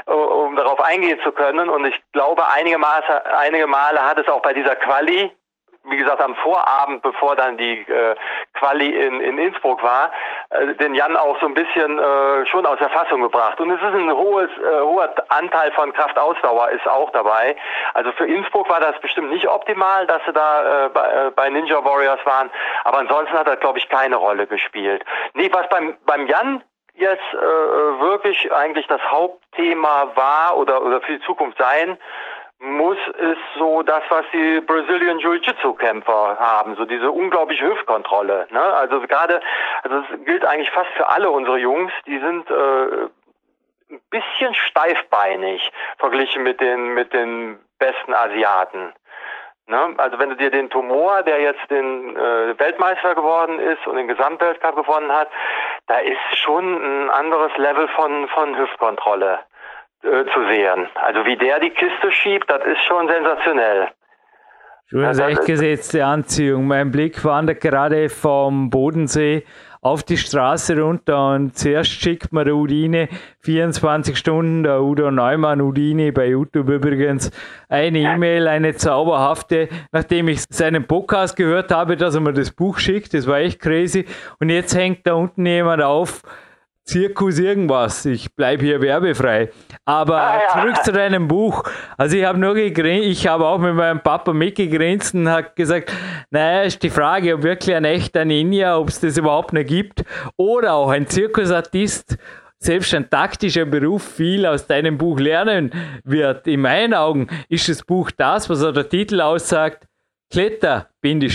um darauf eingehen zu können. Und ich glaube, einige Male, einige Male hat es auch bei dieser Quali, wie gesagt, am Vorabend, bevor dann die äh, Quali in, in Innsbruck war, äh, den Jan auch so ein bisschen äh, schon aus der Fassung gebracht. Und es ist ein hohes, äh, hoher Anteil von Kraftausdauer ist auch dabei. Also für Innsbruck war das bestimmt nicht optimal, dass sie da äh, bei, äh, bei Ninja Warriors waren. Aber ansonsten hat das, glaube ich, keine Rolle gespielt. Nee, was beim, beim Jan jetzt äh, wirklich eigentlich das Hauptthema war oder, oder für die Zukunft sein muss, ist so das, was die Brazilian Jiu-Jitsu-Kämpfer haben, so diese unglaubliche Hüftkontrolle. Ne? Also gerade, also es gilt eigentlich fast für alle unsere Jungs, die sind äh, ein bisschen steifbeinig verglichen mit den mit den besten Asiaten. Ne? Also wenn du dir den Tomor, der jetzt den äh, Weltmeister geworden ist und den Gesamtweltcup gewonnen hat, da ist schon ein anderes Level von von Hüftkontrolle äh, zu sehen. Also wie der die Kiste schiebt, das ist schon sensationell. Schön Ja, echt das- gesetzte Anziehung. Mein Blick wandert gerade vom Bodensee auf die Straße runter und zuerst schickt mir der Udine vierundzwanzig Stunden, der Udo Neumann Udine bei YouTube übrigens, eine E-Mail, eine zauberhafte, nachdem ich seinen Podcast gehört habe, dass er mir das Buch schickt, das war echt crazy. Und jetzt hängt da unten jemand auf, Zirkus irgendwas, ich bleibe hier werbefrei. Aber Ah, ja. zurück zu deinem Buch. Also ich habe nur gegrinst, ich habe auch mit meinem Papa mitgegrinst und habe gesagt, naja, ist die Frage, ob wirklich ein echter Ninja, ob es das überhaupt noch gibt, oder auch ein Zirkusartist, selbst ein taktischer Beruf viel aus deinem Buch lernen wird. In meinen Augen ist das Buch das, was auch der Titel aussagt,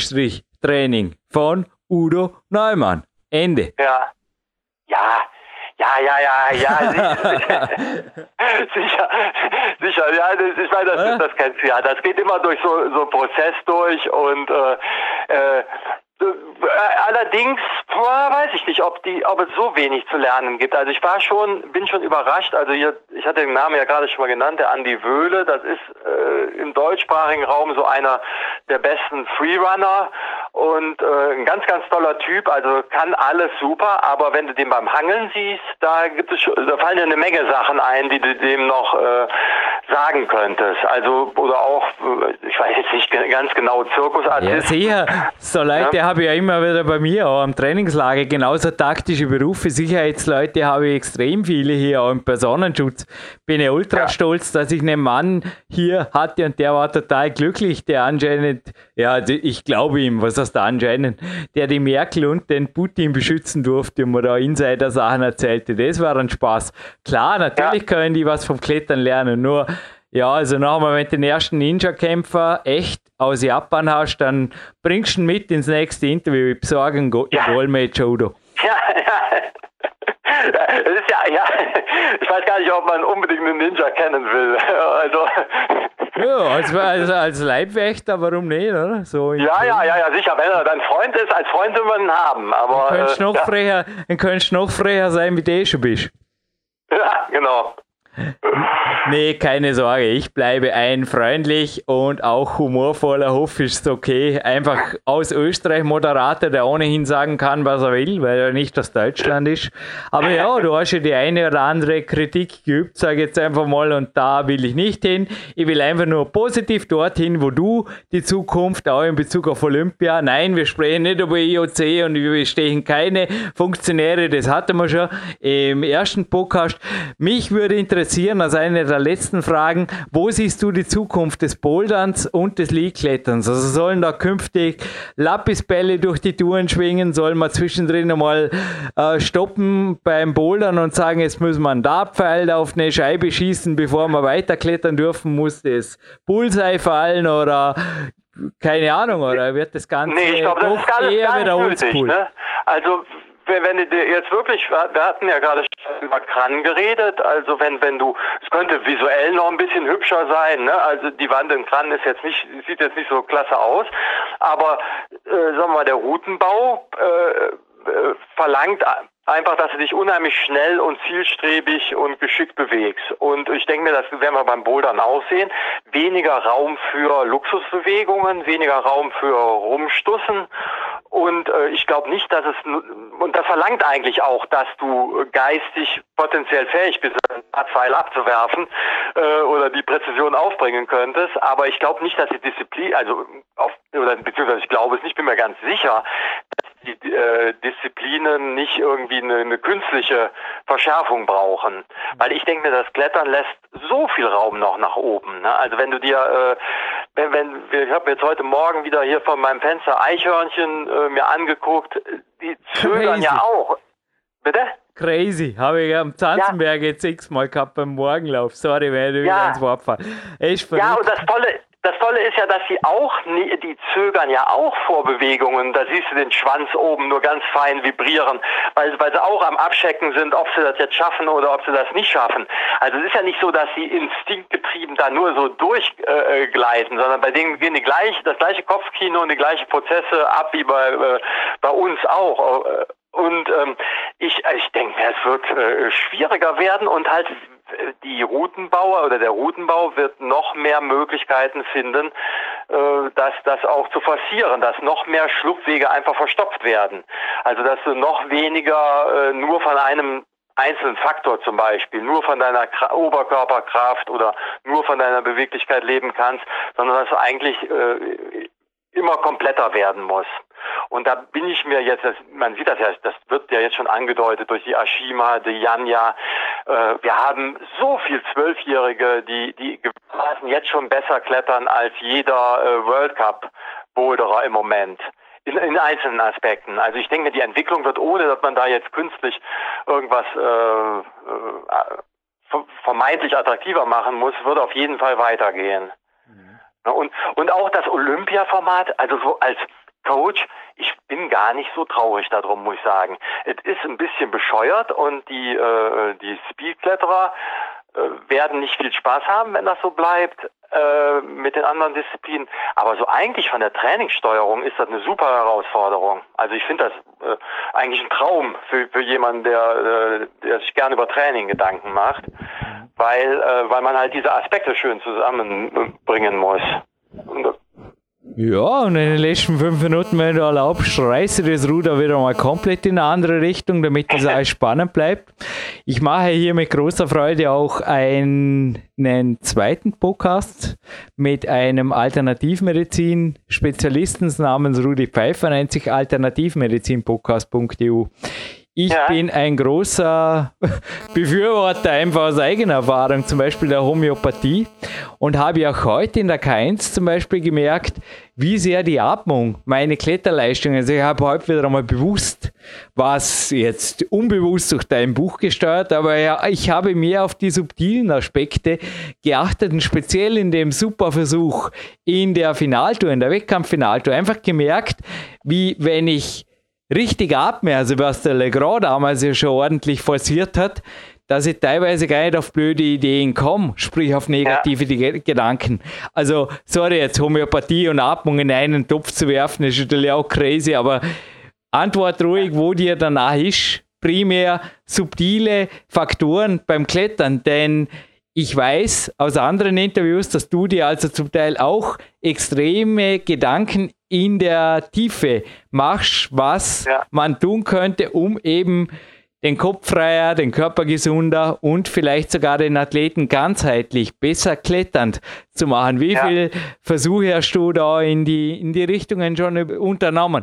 Kletter-Training von Udo Neumann. Ende. Ja, ja, Ja, ja, ja, ja, sicher, sicher, sicher, ja, das, ich meine, das, das kennst du ja, das geht immer durch so, so einen Prozess durch und äh, äh, allerdings boah, weiß ich nicht, ob die, ob es so wenig zu lernen gibt. Also ich war schon, bin schon überrascht. Also hier, ich hatte den Namen ja gerade schon mal genannt, der Andi Wöhle. Das ist äh, im deutschsprachigen Raum so einer der besten Freerunner und äh, ein ganz, ganz toller Typ. Also kann alles super. Aber wenn du den beim Hangeln siehst, da gibt es, da fallen dir eine Menge Sachen ein, die du dem noch äh, sagen könntest. Also oder auch, ich weiß jetzt nicht ganz genau, Zirkusartist. Ja, sicher. So Leute ja. habe ich ja immer wieder bei mir auch am Trainingslager. Genauso taktische Berufe, Sicherheitsleute habe ich extrem viele hier, auch im Personenschutz. Bin ich ultra ja. stolz, dass ich einen Mann hier hatte und der war total glücklich, der anscheinend, ja, ich glaube ihm, was heißt der anscheinend, der die Merkel und den Putin beschützen durfte und mir da Insider-Sachen erzählte. Das war ein Spaß. Klar, natürlich ja. können die was vom Klettern lernen, nur ja, also nachher, wenn du den ersten Ninja-Kämpfer echt aus Japan hast, dann bringst du ihn mit ins nächste Interview. Ich besorge ein ja. Goldmatch, oder? Ja, ja. Das ist ja, ja, ich weiß gar nicht, ob man unbedingt einen Ninja kennen will. Also. Ja, als, als, als Leibwächter, warum nicht, oder? So ja, ja, ja, ja, sicher, wenn er dein Freund ist, als Freund will man ihn haben. Aber, dann könntest du noch, äh, frecher, dann könntest du noch frecher sein, wie du schon bist. Ja, genau. Nee, keine Sorge, ich bleibe ein freundlich und auch humorvoller Hoff, ist okay. Einfach aus Österreich Moderator, der ohnehin sagen kann, was er will, weil er nicht aus Deutschland ist. Aber ja, du hast ja die eine oder andere Kritik geübt, sage ich jetzt einfach mal, und da will ich nicht hin. Ich will einfach nur positiv dorthin, wo du die Zukunft auch in Bezug auf Olympia, nein, wir sprechen nicht über I O C und wir bestechen keine Funktionäre, das hatten wir schon im ersten Podcast. Mich würde interessieren, als eine der letzten Fragen, wo siehst du die Zukunft des Boulderns und des League-Kletterns? Also sollen da künftig Lapisbälle durch die Touren schwingen? Sollen wir zwischendrin einmal äh, stoppen beim Bouldern und sagen, jetzt müssen wir einen Dartpfeil auf eine Scheibe schießen, bevor wir weiterklettern dürfen? Muss das Bullseye fallen oder keine Ahnung, oder wird das Ganze nee, ich glaub, das doch ist gar, eher gar wieder oldschool? Oldschool? Ne? Also wenn du jetzt wirklich, wir hatten ja gerade über Kran geredet, also wenn wenn du, es könnte visuell noch ein bisschen hübscher sein, ne? Also die Wand im Kran ist jetzt nicht, sieht jetzt nicht so klasse aus, aber äh, sagen wir mal, der Routenbau äh, äh, verlangt einfach, dass du dich unheimlich schnell und zielstrebig und geschickt bewegst. Und ich denke mir, das werden wir beim Bouldern auch sehen. Weniger Raum für Luxusbewegungen, weniger Raum für Rumstussen. Und äh, ich glaube nicht, dass es, und das verlangt eigentlich auch, dass du geistig potenziell fähig bist, einen Pfeil abzuwerfen äh, oder die Präzision aufbringen könntest. Aber ich glaube nicht, dass die Disziplin, also auf, oder beziehungsweise ich glaube es nicht, bin mir ganz sicher, dass die äh, Disziplinen nicht irgendwie eine, eine künstliche Verschärfung brauchen. Weil ich denke mir, das Klettern lässt so viel Raum noch nach oben. Ne? Also wenn du dir, äh, wenn, wenn ich habe mir jetzt heute Morgen wieder hier von meinem Fenster Eichhörnchen äh, mir angeguckt, die zögern ja auch. Bitte? Crazy, habe ich am Zanzenberg ja. jetzt x-mal gehabt beim Morgenlauf. Sorry, wenn ich wieder ins Wort falle. Ja, und das Tolle, das Tolle ist ja, dass sie auch, nie, die zögern ja auch vor Bewegungen. Da siehst du den Schwanz oben nur ganz fein vibrieren, weil, weil sie auch am Abchecken sind, ob sie das jetzt schaffen oder ob sie das nicht schaffen. Also es ist ja nicht so, dass sie instinktgetrieben da nur so durchgleiten, äh, sondern bei denen gehen die gleich, das gleiche Kopfkino und die gleichen Prozesse ab wie bei, äh, bei uns auch. Und ähm, ich, ich denke, es wird äh, schwieriger werden und halt die Routenbauer oder der Routenbau wird noch mehr Möglichkeiten finden, äh, das, das auch zu forcieren, dass noch mehr Schlupfwege einfach verstopft werden. Also dass du noch weniger äh, nur von einem einzelnen Faktor zum Beispiel, nur von deiner Kra- Oberkörperkraft oder nur von deiner Beweglichkeit leben kannst, sondern dass du eigentlich äh, immer kompletter werden muss. Und da bin ich mir jetzt, das, man sieht das ja, das wird ja jetzt schon angedeutet durch die Ashima, die Janja. Äh, wir haben so viel Zwölfjährige, die die gewissermaßen jetzt schon besser klettern als jeder äh, World Cup Boulderer im Moment. In, in einzelnen Aspekten. Also ich denke, die Entwicklung wird, ohne dass man da jetzt künstlich irgendwas äh, äh, vermeintlich attraktiver machen muss, wird auf jeden Fall weitergehen. Mhm. Und, und auch das Olympia-Format, also so als Coach, ich bin gar nicht so traurig darum, muss ich sagen. Es ist ein bisschen bescheuert und die, äh, die Speedkletterer äh, werden nicht viel Spaß haben, wenn das so bleibt äh, mit den anderen Disziplinen. Aber so eigentlich von der Trainingssteuerung ist das eine super Herausforderung. Also ich finde das äh, eigentlich ein Traum für, für jemanden, der, äh, der sich gerne über Training Gedanken macht, weil, äh, weil man halt diese Aspekte schön zusammenbringen muss. Und, ja, und in den letzten fünf Minuten, wenn du erlaubst, reiße das Ruder wieder mal komplett in eine andere Richtung, damit es alles spannend bleibt. Ich mache hier mit großer Freude auch einen, einen zweiten Podcast mit einem Alternativmedizin-Spezialisten namens Rudi Pfeiffer, nennt sich alternativmedizinpodcast punkt e u. Ich ja. bin ein großer Befürworter einfach aus eigener Erfahrung, zum Beispiel der Homöopathie, und habe auch heute in der K eins zum Beispiel gemerkt, wie sehr die Atmung meine Kletterleistung, also ich habe heute wieder einmal bewusst, was jetzt unbewusst durch dein Buch gesteuert, aber ja, ich habe mehr auf die subtilen Aspekte geachtet und speziell in dem Superversuch in der Finaltour, in der Wettkampffinaltour einfach gemerkt, wie wenn ich richtig atme, also was der Legrand damals ja schon ordentlich forciert hat, dass ich teilweise gar nicht auf blöde Ideen komme, sprich auf negative ja. Gedanken. Also, sorry, jetzt Homöopathie und Atmung in einen Topf zu werfen, ist natürlich auch crazy, aber antwort ruhig, wo dir danach ist. Primär subtile Faktoren beim Klettern, denn ich weiß aus anderen Interviews, dass du dir also zum Teil auch extreme Gedanken in der Tiefe machst, was ja. man tun könnte, um eben den Kopf freier, den Körper gesunder und vielleicht sogar den Athleten ganzheitlich besser kletternd zu machen. Wie ja. viele Versuche hast du da in die, in die Richtungen schon unternommen?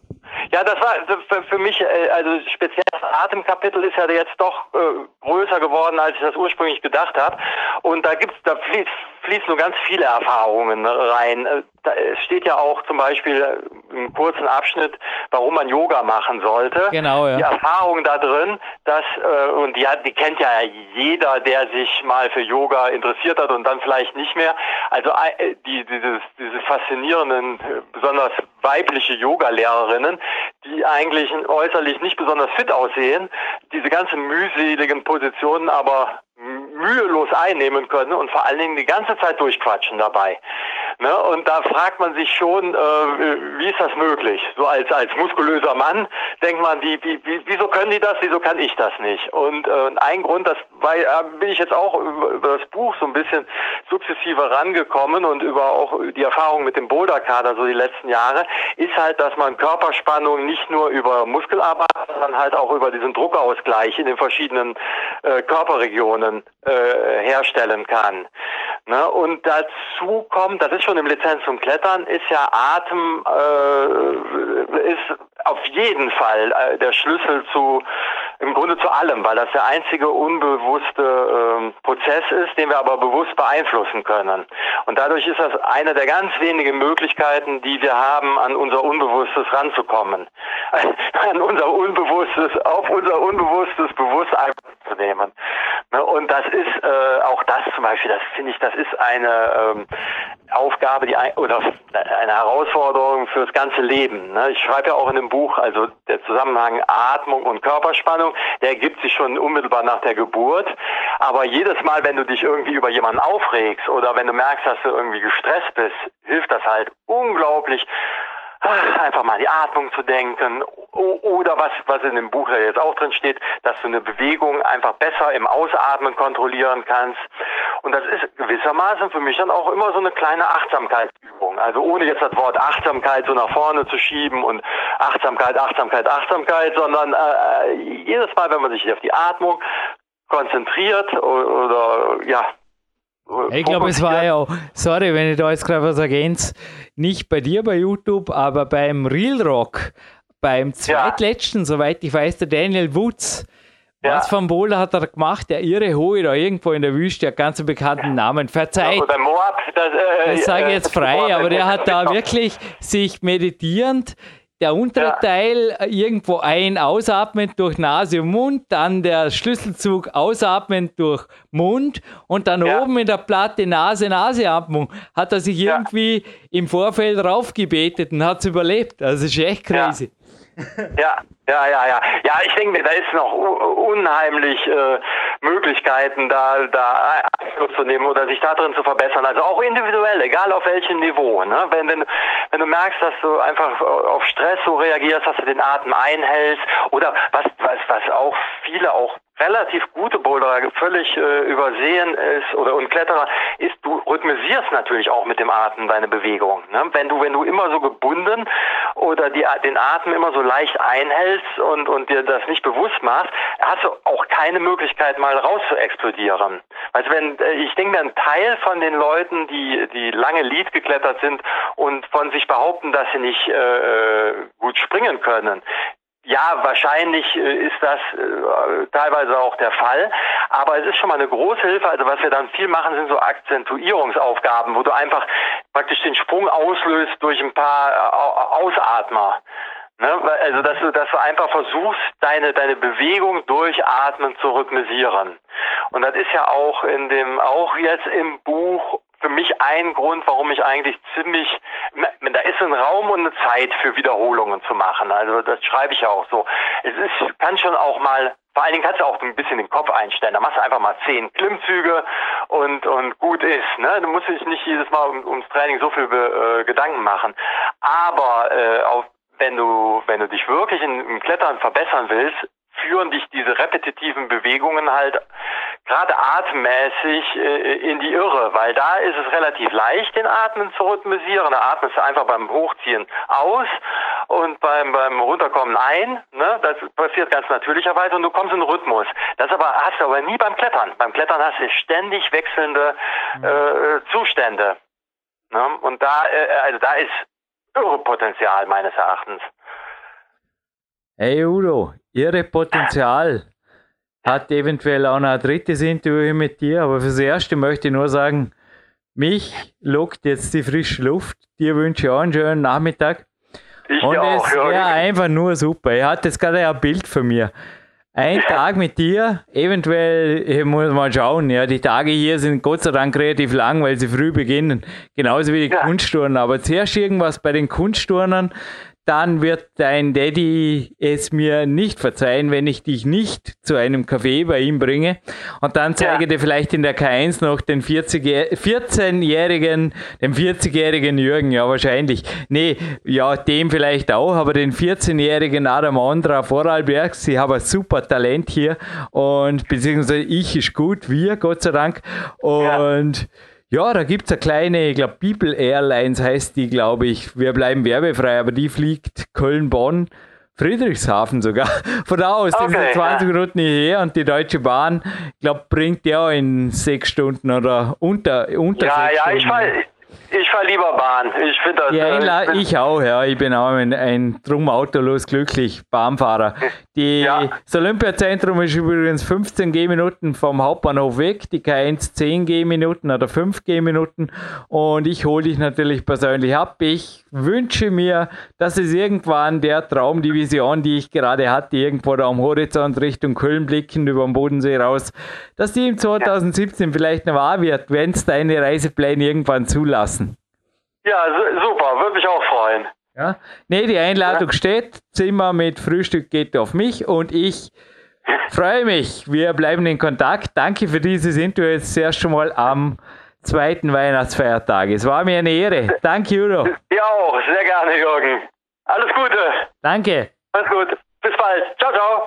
Ja, das war für, für mich, also speziell das Atemkapitel ist ja jetzt doch äh, größer geworden, als ich das ursprünglich gedacht habe. Und da gibt's, da fließt, fließen nur ganz viele Erfahrungen rein. Da, es steht ja auch zum Beispiel im kurzen Abschnitt, warum man Yoga machen sollte. Genau, ja. Die Erfahrung da drin, dass, äh, und die, hat, die kennt ja jeder, der sich mal für Yoga interessiert hat und dann vielleicht nicht mehr. Also äh, die, dieses, diese faszinierenden, besonders weibliche Yoga-Lehrerinnen, die eigentlich äußerlich nicht besonders fit aussehen, diese ganzen mühseligen Positionen aber mühelos einnehmen können und vor allen Dingen die ganze Zeit durchquatschen dabei. Ne? Und da fragt man sich schon, äh, wie ist das möglich? So als als muskulöser Mann denkt man, wie, wie, wie, wieso können die das, wieso kann ich das nicht? Und äh, ein Grund, das war, äh, bin ich jetzt auch über, über das Buch so ein bisschen sukzessive rangekommen und über auch die Erfahrung mit dem Boulderkader so die letzten Jahre, ist halt, dass man Körperspannung nicht nur über Muskelarbeit, sondern halt auch über diesen Druckausgleich in den verschiedenen äh, Körperregionen äh, herstellen kann. Ne? Und dazu kommt, das ist schon im Lizenz zum Klettern, ist ja Atem äh, ist auf jeden Fall äh, der Schlüssel zu, im Grunde zu allem, weil das der einzige unbewusste äh, Prozess ist, den wir aber bewusst beeinflussen können. Und dadurch ist das eine der ganz wenigen Möglichkeiten, die wir haben, an unser Unbewusstes ranzukommen. an unser Unbewusstes, auf unser Unbewusstes bewusst einzunehmen. Ne? Und das ist äh, auch das zum Beispiel, das finde ich, das ist eine ähm, Aufgabe, die ein, oder eine Herausforderung fürs ganze Leben. Ne? Ich schreibe ja auch in dem Buch, also der Zusammenhang Atmung und Körperspannung, der ergibt sich schon unmittelbar nach der Geburt. Aber jedes Mal, wenn du dich irgendwie über jemanden aufregst oder wenn du merkst, dass du irgendwie gestresst bist, hilft das halt unglaublich, einfach mal an die Atmung zu denken oder was was in dem Buch ja jetzt auch drin steht, dass du eine Bewegung einfach besser im Ausatmen kontrollieren kannst. Und das ist gewissermaßen für mich dann auch immer so eine kleine Achtsamkeitsübung. Also ohne jetzt das Wort Achtsamkeit so nach vorne zu schieben und Achtsamkeit, Achtsamkeit, Achtsamkeit, sondern äh, jedes Mal, wenn man sich auf die Atmung konzentriert oder, oder ja, ich glaube, es war ja auch, sorry, wenn ich da jetzt gerade was ergänze, nicht bei dir bei YouTube, aber beim Real Rock, beim zweitletzten, ja. soweit ich weiß, der Daniel Woods. Ja. Was vom Boulder hat er gemacht? Der irre Hohe da irgendwo in der Wüste, der ganz bekannten Namen. Verzeiht. Oder Moab. Das, äh, das sage ich jetzt frei, aber der hat da wirklich sich meditierend der untere Ja. Teil irgendwo ein, ausatmen durch Nase und Mund, dann der Schlüsselzug ausatmen durch Mund und dann Ja. oben in der Platte Nase-Nase-Atmung hat er sich Ja. irgendwie im Vorfeld raufgebetet und hat es überlebt. Also das ist echt crazy. Ja, ja, ja, ja. Ja, ich denke, da ist noch u- unheimlich äh, Möglichkeiten, da, da Einfluss zu nehmen oder sich da drin zu verbessern. Also auch individuell, egal auf welchem Niveau. Ne? Wenn, wenn, wenn du merkst, dass du einfach auf Stress so reagierst, dass du den Atem einhältst oder was, was, was auch viele auch relativ gute Boulderer völlig äh, übersehen ist oder und Kletterer ist, du rhythmisierst natürlich auch mit dem Atem deine Bewegung. Ne? Wenn du wenn du immer so gebunden oder die, den Atem immer so leicht einhältst und und dir das nicht bewusst machst, hast du auch keine Möglichkeit mal raus zu explodieren. Also wenn äh, ich denke, ein Teil von den Leuten, die die lange Lead geklettert sind und von sich behaupten, dass sie nicht äh, gut springen können. Ja, wahrscheinlich äh, ist das äh, teilweise auch der Fall, aber es ist schon mal eine große Hilfe. Also was wir dann viel machen, sind so Akzentuierungsaufgaben, wo du einfach praktisch den Sprung auslöst durch ein paar äh, Ausatmer. Ne? Also dass du, dass du einfach versuchst, deine deine Bewegung durch Atmen zu rhythmisieren. Und das ist ja auch in dem, auch jetzt im Buch für mich ein Grund, warum ich eigentlich ziemlich, da ist ein Raum und eine Zeit für Wiederholungen zu machen. Also das schreibe ich ja auch so. Es ist, kann schon auch mal, vor allen Dingen kannst du auch ein bisschen den Kopf einstellen. Da machst du einfach mal zehn Klimmzüge und und gut ist. Ne? Du musst dich nicht jedes Mal um, ums Training so viel äh, Gedanken machen. Aber äh, auf, wenn du wenn du dich wirklich in, im Klettern verbessern willst, führen dich diese repetitiven Bewegungen halt gerade atemmäßig äh, in die Irre, weil da ist es relativ leicht, den Atmen zu rhythmisieren. Da atmest du einfach beim Hochziehen aus und beim beim Runterkommen ein. Ne? Das passiert ganz natürlicherweise und du kommst in den Rhythmus. Das aber hast du aber nie beim Klettern. Beim Klettern hast du ständig wechselnde äh, Zustände. Ne? Und da, äh, also da ist irre Potenzial meines Erachtens. Hey Udo, irre Potenzial. Hat eventuell auch noch ein drittes Interview mit dir, aber fürs Erste möchte ich nur sagen, mich lockt jetzt die frische Luft. Dir wünsche ich auch einen schönen Nachmittag. Ich Und auch, es wäre ja. einfach nur super. Ich hatte jetzt gerade ein Bild von mir. Ein Tag mit dir, eventuell, ich muss mal schauen, ja, die Tage hier sind Gott sei Dank relativ lang, weil sie früh beginnen, genauso wie die Ja. Kunstturnen, aber zuerst irgendwas bei den Kunstturnern, dann wird dein Daddy es mir nicht verzeihen, wenn ich dich nicht zu einem Café bei ihm bringe. Und dann zeige Ja. dir vielleicht in der K eins noch den vierzehnjährigen, den vierzigjährigen Jürgen, ja wahrscheinlich. Nee, ja, dem vielleicht auch, aber den vierzehnjährigen Adam Ondra Vorarlberg. Sie haben ein super Talent hier und beziehungsweise ich ist gut, wir, Gott sei Dank. Und ja, ja, da gibt es eine kleine, ich glaube, People Airlines heißt die, glaube ich. Wir bleiben werbefrei, aber die fliegt Köln-Bonn, Friedrichshafen sogar. Von da aus sind Okay, sie zwanzig ja. Minuten hierher und die Deutsche Bahn, ich glaube, bringt die auch in sechs Stunden oder unter, unter Ja, sechs ja, Stunden. ich fahr, ich fahr lieber Bahn. Ich finde das. Die äh, Einla- ich bin- ich auch, ja. Ich bin auch ein, ein drum autolos glücklich Bahnfahrer. Die, Ja. Das Olympiazentrum ist übrigens fünfzehn Gehminuten vom Hauptbahnhof weg, die K eins zehn Gehminuten oder fünf Gehminuten und ich hole dich natürlich persönlich ab. Ich wünsche mir, dass es irgendwann der Traum, die Vision, die ich gerade hatte, irgendwo da am Horizont Richtung Köln blickend über den Bodensee raus, dass die im zwanzig siebzehn vielleicht noch wahr wird, wenn es deine Reisepläne irgendwann zulassen. Ja, su- super, würde mich auch freuen. Ja. Nee, die Einladung steht. Zimmer mit Frühstück geht auf mich und ich freue mich. Wir bleiben in Kontakt. Danke für dieses Interview jetzt zuerst schon mal am zweiten Weihnachtsfeiertag. Es war mir eine Ehre. Danke, Udo. Ja auch, sehr gerne, Jürgen. Alles Gute. Danke. Alles gut. Bis bald. Ciao, ciao.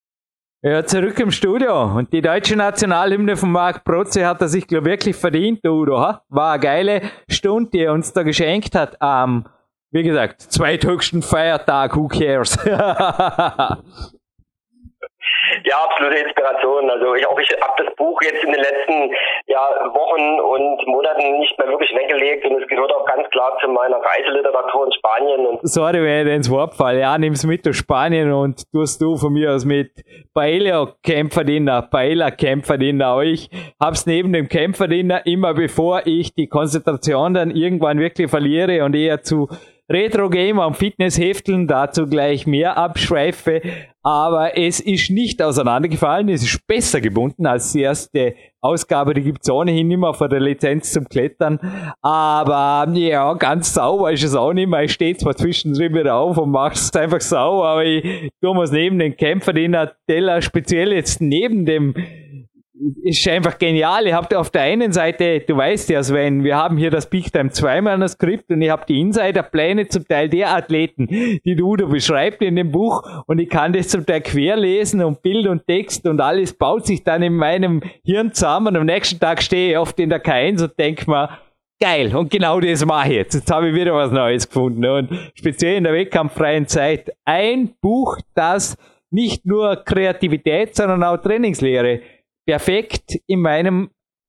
Ja, zurück im Studio. Und die deutsche Nationalhymne von Marc Protze hat er sich, glaube ich, wirklich verdient, Udo. Ha? War eine geile Stunde, die er uns da geschenkt hat am, wie gesagt, zweithöchsten Feiertag. Who cares? Ja, absolute Inspiration. Also ich auch ich habe das Buch jetzt in den letzten ja, Wochen und Monaten nicht mehr wirklich weggelegt und es gehört auch ganz klar zu meiner Reiseliteratur in Spanien. Und Sorry, wenn ich ins Wort falle. Ja, nimm's mit durch Spanien und tust du von mir aus mit Paella-Kämpferdiener, Paella-Kämpferdiener. Aber ich hab's neben dem Kämpferdiener immer, bevor ich die Konzentration dann irgendwann wirklich verliere und eher zu Retro-Gamer und Fitnesshefteln, dazu gleich mehr abschweife, aber es ist nicht auseinandergefallen, es ist besser gebunden als die erste Ausgabe, die gibt es ohnehin immer von der Lizenz zum Klettern, aber ja, ganz sauber ist es auch nicht mehr, ich stehe zwar zwischendrin wieder auf und mache es einfach sauber, aber ich tue es neben den Kämpfer, den Teller speziell jetzt neben dem ist einfach genial. Ihr habt auf der einen Seite, du weißt ja Sven, wir haben hier das Big Time zwei Manuskript und ich habe die Insiderpläne zum Teil der Athleten, die du Udo beschreibt in dem Buch und ich kann das zum Teil querlesen und Bild und Text und alles baut sich dann in meinem Hirn zusammen und am nächsten Tag stehe ich oft in der K eins und denke mir, geil, und genau das mache ich jetzt. Jetzt habe ich wieder was Neues gefunden und speziell in der wettkampffreien Zeit ein Buch, das nicht nur Kreativität, sondern auch Trainingslehre perfekt in meinem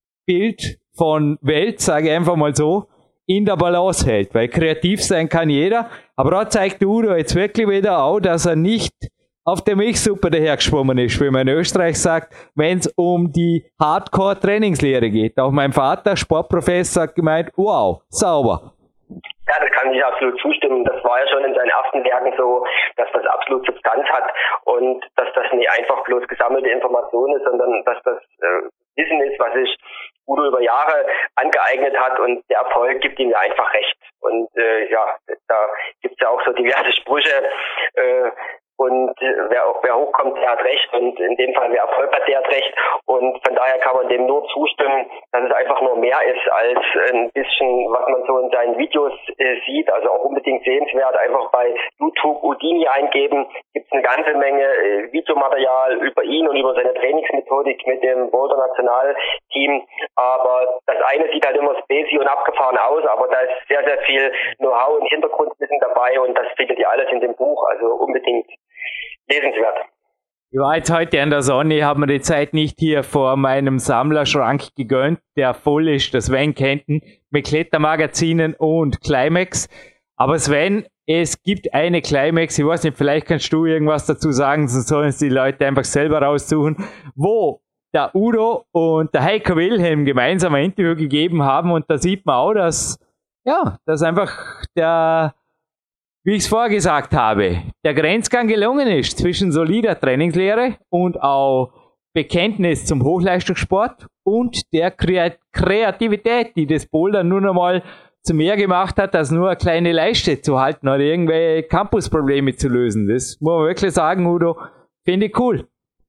Bild von Welt, sage ich einfach mal so, in der Balance hält. Weil kreativ sein kann jeder, aber da zeigt Udo jetzt wirklich wieder auch, dass er nicht auf der Milchsuppe dahergeschwommen ist, wie man in Österreich sagt, wenn es um die Hardcore-Trainingslehre geht. Auch mein Vater, Sportprofessor, hat gemeint, wow, sauber. Ja, das kann ich absolut zustimmen. Das war ja schon in seinen ersten Werken so, dass das absolut Substanz hat und dass das nicht einfach bloß gesammelte Information ist, sondern dass das äh, Wissen ist, was sich Udo über Jahre angeeignet hat und der Erfolg gibt ihm ja einfach recht. Und äh, ja, da gibt's ja auch so diverse Sprüche, äh, und wer, wer hochkommt, der hat recht und in dem Fall, wer Erfolg hat, der hat recht und von daher kann man dem nur zustimmen, dass es einfach nur mehr ist als ein bisschen, was man so in seinen Videos äh, sieht, also auch unbedingt sehenswert, einfach bei YouTube Udini eingeben, gibt es eine ganze Menge äh, Videomaterial über ihn und über seine Trainingsmethodik mit dem Boulder Nationalteam, aber das eine sieht halt immer spacey und abgefahren aus, aber da ist sehr, sehr viel Know-how und Hintergrundwissen dabei und das findet ihr alles in dem Buch, also unbedingt lesenswert. Ich war jetzt heute in der Sonne, habe mir die Zeit nicht hier vor meinem Sammlerschrank gegönnt, der voll ist, das Sven kennt ihn, mit Klettermagazinen und Climax. Aber Sven, es gibt eine Climax, ich weiß nicht, vielleicht kannst du irgendwas dazu sagen, sonst sollen es die Leute einfach selber raussuchen, wo der Udo und der Heiko Wilhelm gemeinsam ein Interview gegeben haben und da sieht man auch, dass, ja, dass einfach der wie ich es vorher gesagt habe, der Grenzgang gelungen ist zwischen solider Trainingslehre und auch Bekenntnis zum Hochleistungssport und der Kreativität, die das Bouldern nur noch mal zu mehr gemacht hat, als nur eine kleine Leiste zu halten oder irgendwelche Campusprobleme zu lösen. Das muss man wirklich sagen, Udo, finde ich cool.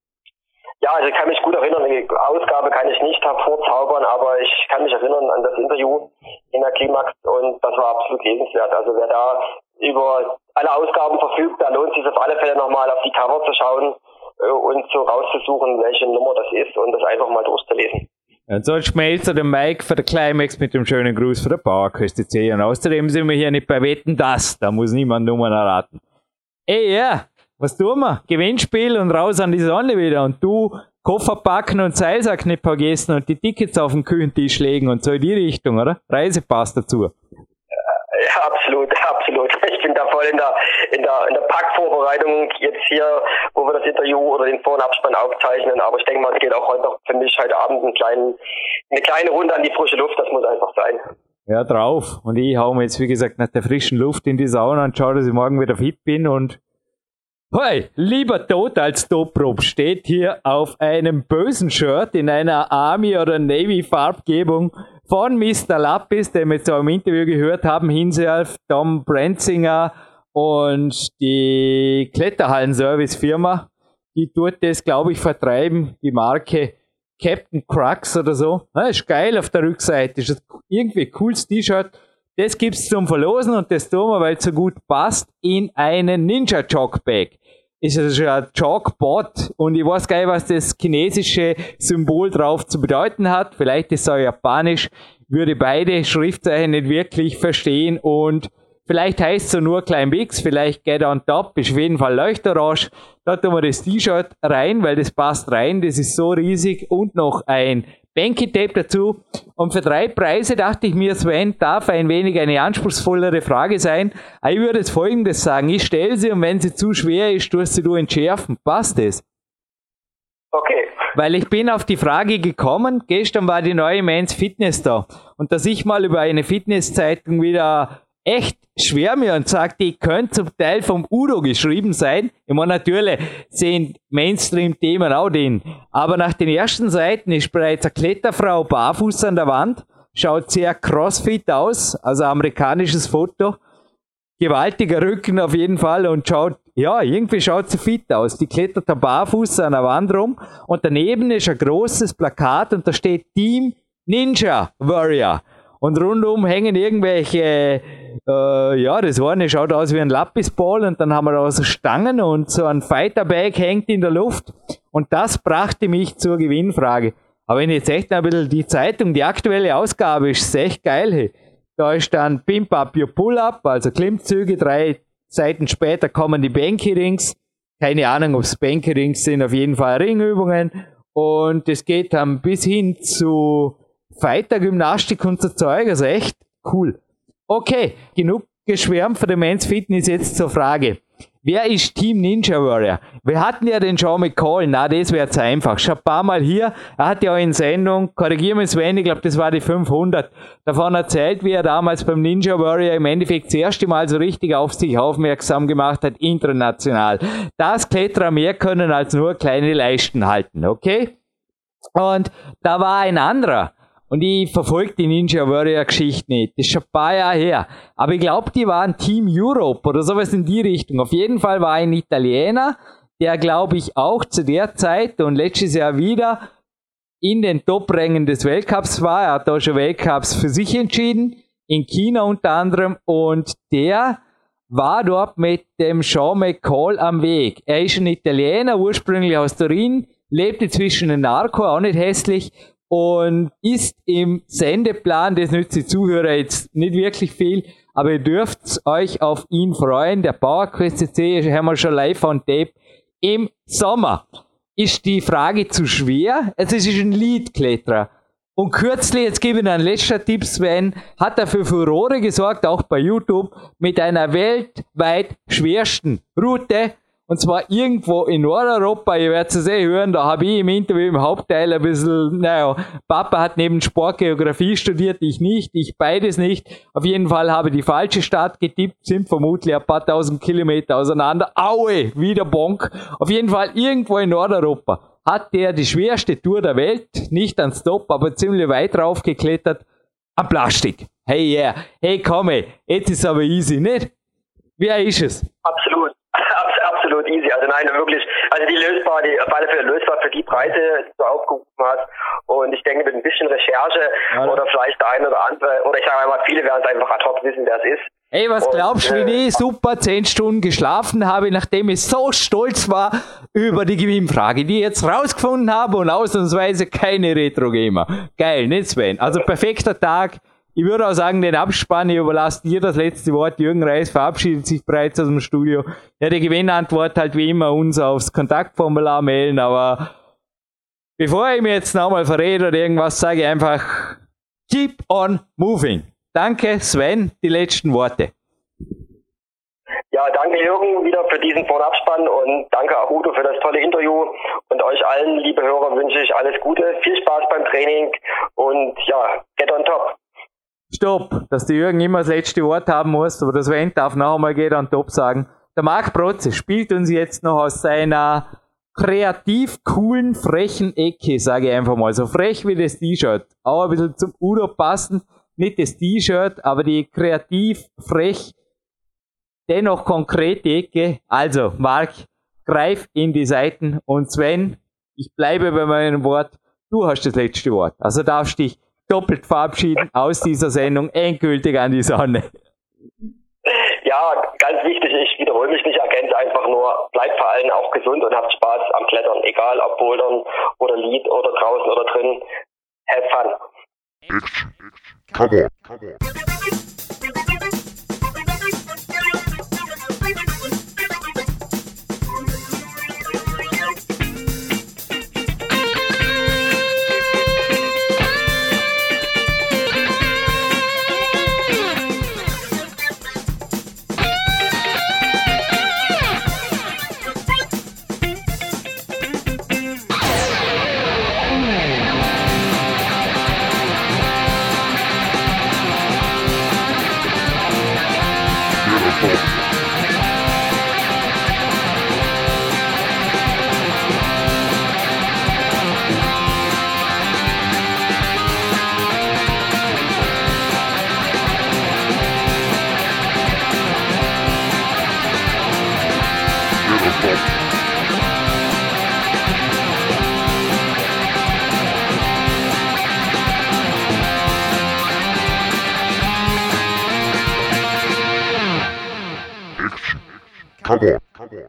Ja, also ich kann mich gut erinnern, die Ausgabe kann ich nicht hervorzaubern, aber ich kann mich erinnern an das Interview in der Climax und das war absolut lesenswert. Also wer da über alle Ausgaben verfügt, da lohnt es sich auf alle Fälle nochmal auf die Cover zu schauen äh, und so rauszusuchen, welche Nummer das ist und das einfach mal durchzulesen. Ja, sonst meldet der Mike für der Climax mit dem schönen Gruß für der Bauerküste C. Und außerdem sind wir hier nicht bei Wetten, das, da muss niemand Nummern erraten. Ey, ja, was tun wir? Gewinnspiel und raus an die Sonne wieder und du Koffer packen und Seilsack nicht vergessen und die Tickets auf den Küchentisch legen und so in die Richtung, oder? Reisepass dazu. Ja, absolut, absolut. Ich bin da voll in der, in der, in der Packvorbereitung jetzt hier, wo wir das Interview oder den Vor- und Abspann aufzeichnen. Aber ich denke mal, es geht auch heute noch für mich heute Abend einen kleinen, eine kleine Runde an die frische Luft. Das muss einfach sein. Ja, drauf. Und ich hau mir jetzt, wie gesagt, nach der frischen Luft in die Sauna und schaue, dass ich morgen wieder fit bin und hey, lieber tot als Todprop steht hier auf einem bösen Shirt in einer Army- oder Navy-Farbgebung von Mister Lappis, den wir jetzt auch im Interview gehört haben, Hinself, Tom Brenzinger und die Kletterhallen-Service-Firma, die tut das, glaube ich, vertreiben, die Marke Captain Crux oder so. Das ist geil auf der Rückseite, ist irgendwie ein cooles T-Shirt. Das gibt's zum Verlosen und das tun wir, weil es so gut passt, in einen Ninja Chalk Bag. Ist also schon ein Chalkbot und ich weiß gar nicht, was das chinesische Symbol drauf zu bedeuten hat. Vielleicht ist es auch japanisch, würde beide Schriftzeichen nicht wirklich verstehen und vielleicht heißt es so nur Klein Bix, vielleicht Get on Top, ist auf jeden Fall Leuchtorange. Da tun wir das T-Shirt rein, weil das passt rein, das ist so riesig und noch ein Banky-Tape dazu. Und für drei Preise dachte ich mir, Sven, darf ein wenig eine anspruchsvollere Frage sein. Ich würde jetzt Folgendes sagen, ich stelle sie und wenn sie zu schwer ist, tust sie du entschärfen. Passt das? Okay. Weil ich bin auf die Frage gekommen, gestern war die neue Men's Fitness da. Und dass ich mal über eine Fitnesszeitung wieder echt schwärme und sagt, die können zum Teil vom Udo geschrieben sein. Ich meine, natürlich sind Mainstream-Themen auch drin. Aber nach den ersten Seiten ist bereits eine Kletterfrau barfuß an der Wand. Schaut sehr crossfit aus, also amerikanisches Foto. Gewaltiger Rücken auf jeden Fall und schaut, ja, irgendwie schaut sie fit aus. Die klettert da barfuß an der Wand rum und daneben ist ein großes Plakat und da steht Team Ninja Warrior. Und rundum hängen irgendwelche, äh, ja, das eine schaut aus wie ein Lapisball und dann haben wir da so Stangen und so ein Fighterbag hängt in der Luft. Und das brachte mich zur Gewinnfrage. Aber wenn jetzt echt ein bisschen die Zeitung, die aktuelle Ausgabe ist echt geil, hey. Da ist dann Pimp Up Your Pull-Up, also Klimmzüge, drei Seiten später kommen die Banky-Rings. Keine Ahnung, ob es Banky-Rings sind, auf jeden Fall Ringübungen. Und es geht dann bis hin zu Fighter-Gymnastik und so Zeug, also echt cool. Okay, genug geschwärmt für die Men's Fitness, jetzt zur Frage. Wer ist Team Ninja Warrior? Wir hatten ja den Sean McCall, na, das wäre zu einfach. Schon ein paar Mal hier, er hat ja auch in Sendung, korrigiere mich Sven, ich glaube, das war die fünfhundert, davon erzählt, wie er damals beim Ninja Warrior im Endeffekt das erste Mal so richtig auf sich aufmerksam gemacht hat, international. Dass Kletterer mehr können als nur kleine Leisten halten, okay? Und da war ein anderer. Und ich verfolge die Ninja Warrior Geschichte nicht. Das ist schon ein paar Jahre her. Aber ich glaube, die waren Team Europe oder sowas in die Richtung. Auf jeden Fall war ein Italiener, der, glaube ich, auch zu der Zeit und letztes Jahr wieder in den Top-Rängen des Weltcups war. Er hat da schon Weltcups für sich entschieden. In China unter anderem. Und der war dort mit dem Sean McCall am Weg. Er ist ein Italiener, ursprünglich aus Turin, lebt inzwischen in Narco, auch nicht hässlich. Und ist im Sendeplan, das nützt die Zuhörer jetzt nicht wirklich viel, aber ihr dürft euch auf ihn freuen. Der PowerQuest C C haben wir schon live on tape im Sommer. Ist die Frage zu schwer? Es ist ein Leadkletterer. Und kürzlich, jetzt gebe ich Ihnen einen letzten Tipp, Sven, hat er für Furore gesorgt, auch bei YouTube, mit einer weltweit schwersten Route. Und zwar irgendwo in Nordeuropa, ihr werdet es eh hören, da habe ich im Interview im Hauptteil ein bisschen, naja, Papa hat neben Sport Geografie studiert, ich nicht, ich beides nicht. Auf jeden Fall habe ich die falsche Stadt getippt, sind vermutlich ein paar tausend Kilometer auseinander. Aue, wieder Bonk. Auf jeden Fall irgendwo in Nordeuropa hat der die schwerste Tour der Welt, nicht ans Top, aber ziemlich weit rauf geklettert, am Plastik. Hey, yeah, hey, komm, ey, jetzt ist aber easy, nicht? Wer ist es? Absolut. Absolut easy. Also nein, wirklich, also die lösbar, die auf alle Fälle lösbar für die Preise, die du aufgerufen hast. Und ich denke, mit ein bisschen Recherche ja. oder vielleicht der eine oder andere, oder ich sage mal, viele werden es einfach ad hoc wissen, wer es ist. Ey, was und, glaubst du, äh, wie ich super zehn Stunden geschlafen habe, nachdem ich so stolz war über die Gewinnfrage, die ich jetzt rausgefunden habe und ausnahmsweise keine Retro-Gamer. Geil, nicht Sven? Also perfekter Tag. Ich würde auch sagen, den Abspann, ich überlasse dir das letzte Wort. Jürgen Reis verabschiedet sich bereits aus dem Studio. Ja, die Gewinnantwort halt wie immer uns aufs Kontaktformular melden, aber bevor ich mir jetzt nochmal verrede oder irgendwas, sage ich einfach keep on moving. Danke, Sven, die letzten Worte. Ja, danke Jürgen wieder für diesen Vorabspann und danke auch Udo für das tolle Interview und euch allen, liebe Hörer, wünsche ich alles Gute, viel Spaß beim Training und ja, get on top. Stopp, dass der Jürgen immer das letzte Wort haben muss, aber das Sven darf noch einmal Get on top sagen. Der Marc Protze spielt uns jetzt noch aus seiner kreativ coolen, frechen Ecke, sage ich einfach mal. So frech wie das T-Shirt. Auch ein bisschen zum Udo passend. Nicht das T-Shirt, aber die kreativ, frech, dennoch konkrete Ecke. Also, Marc, greif in die Seiten und Sven, ich bleibe bei meinem Wort, du hast das letzte Wort. Also darfst dich doppelt verabschieden aus dieser Sendung, endgültig an die Sonne. Ja, ganz wichtig, ich wiederhole mich nicht, ergänze einfach nur, bleibt vor allem auch gesund und habt Spaß am Klettern, egal ob Bouldern oder Lead oder draußen oder drin. Have fun. Action. Come on. Come on. Come on, come on.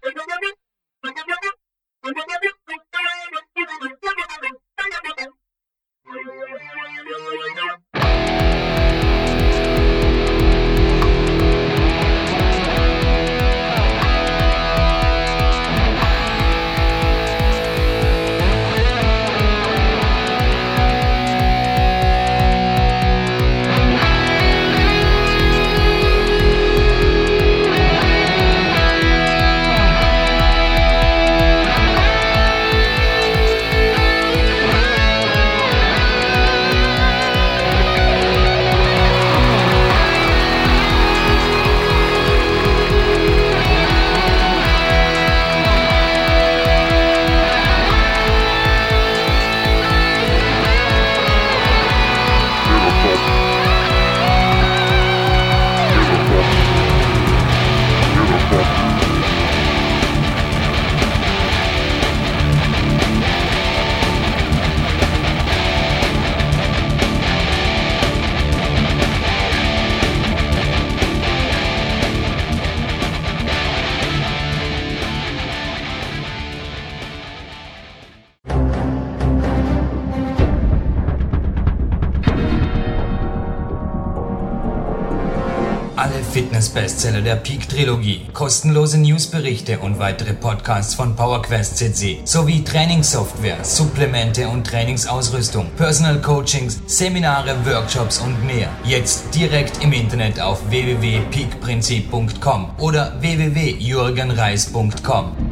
Alle Fitness-Bestseller der Peak-Trilogie, kostenlose Newsberichte und weitere Podcasts von PowerQuest C C sowie Trainingssoftware, Supplemente und Trainingsausrüstung, Personal Coachings, Seminare, Workshops und mehr. Jetzt direkt im Internet auf w w w punkt peak prinzip punkt com oder w w w punkt jürgen reis punkt com.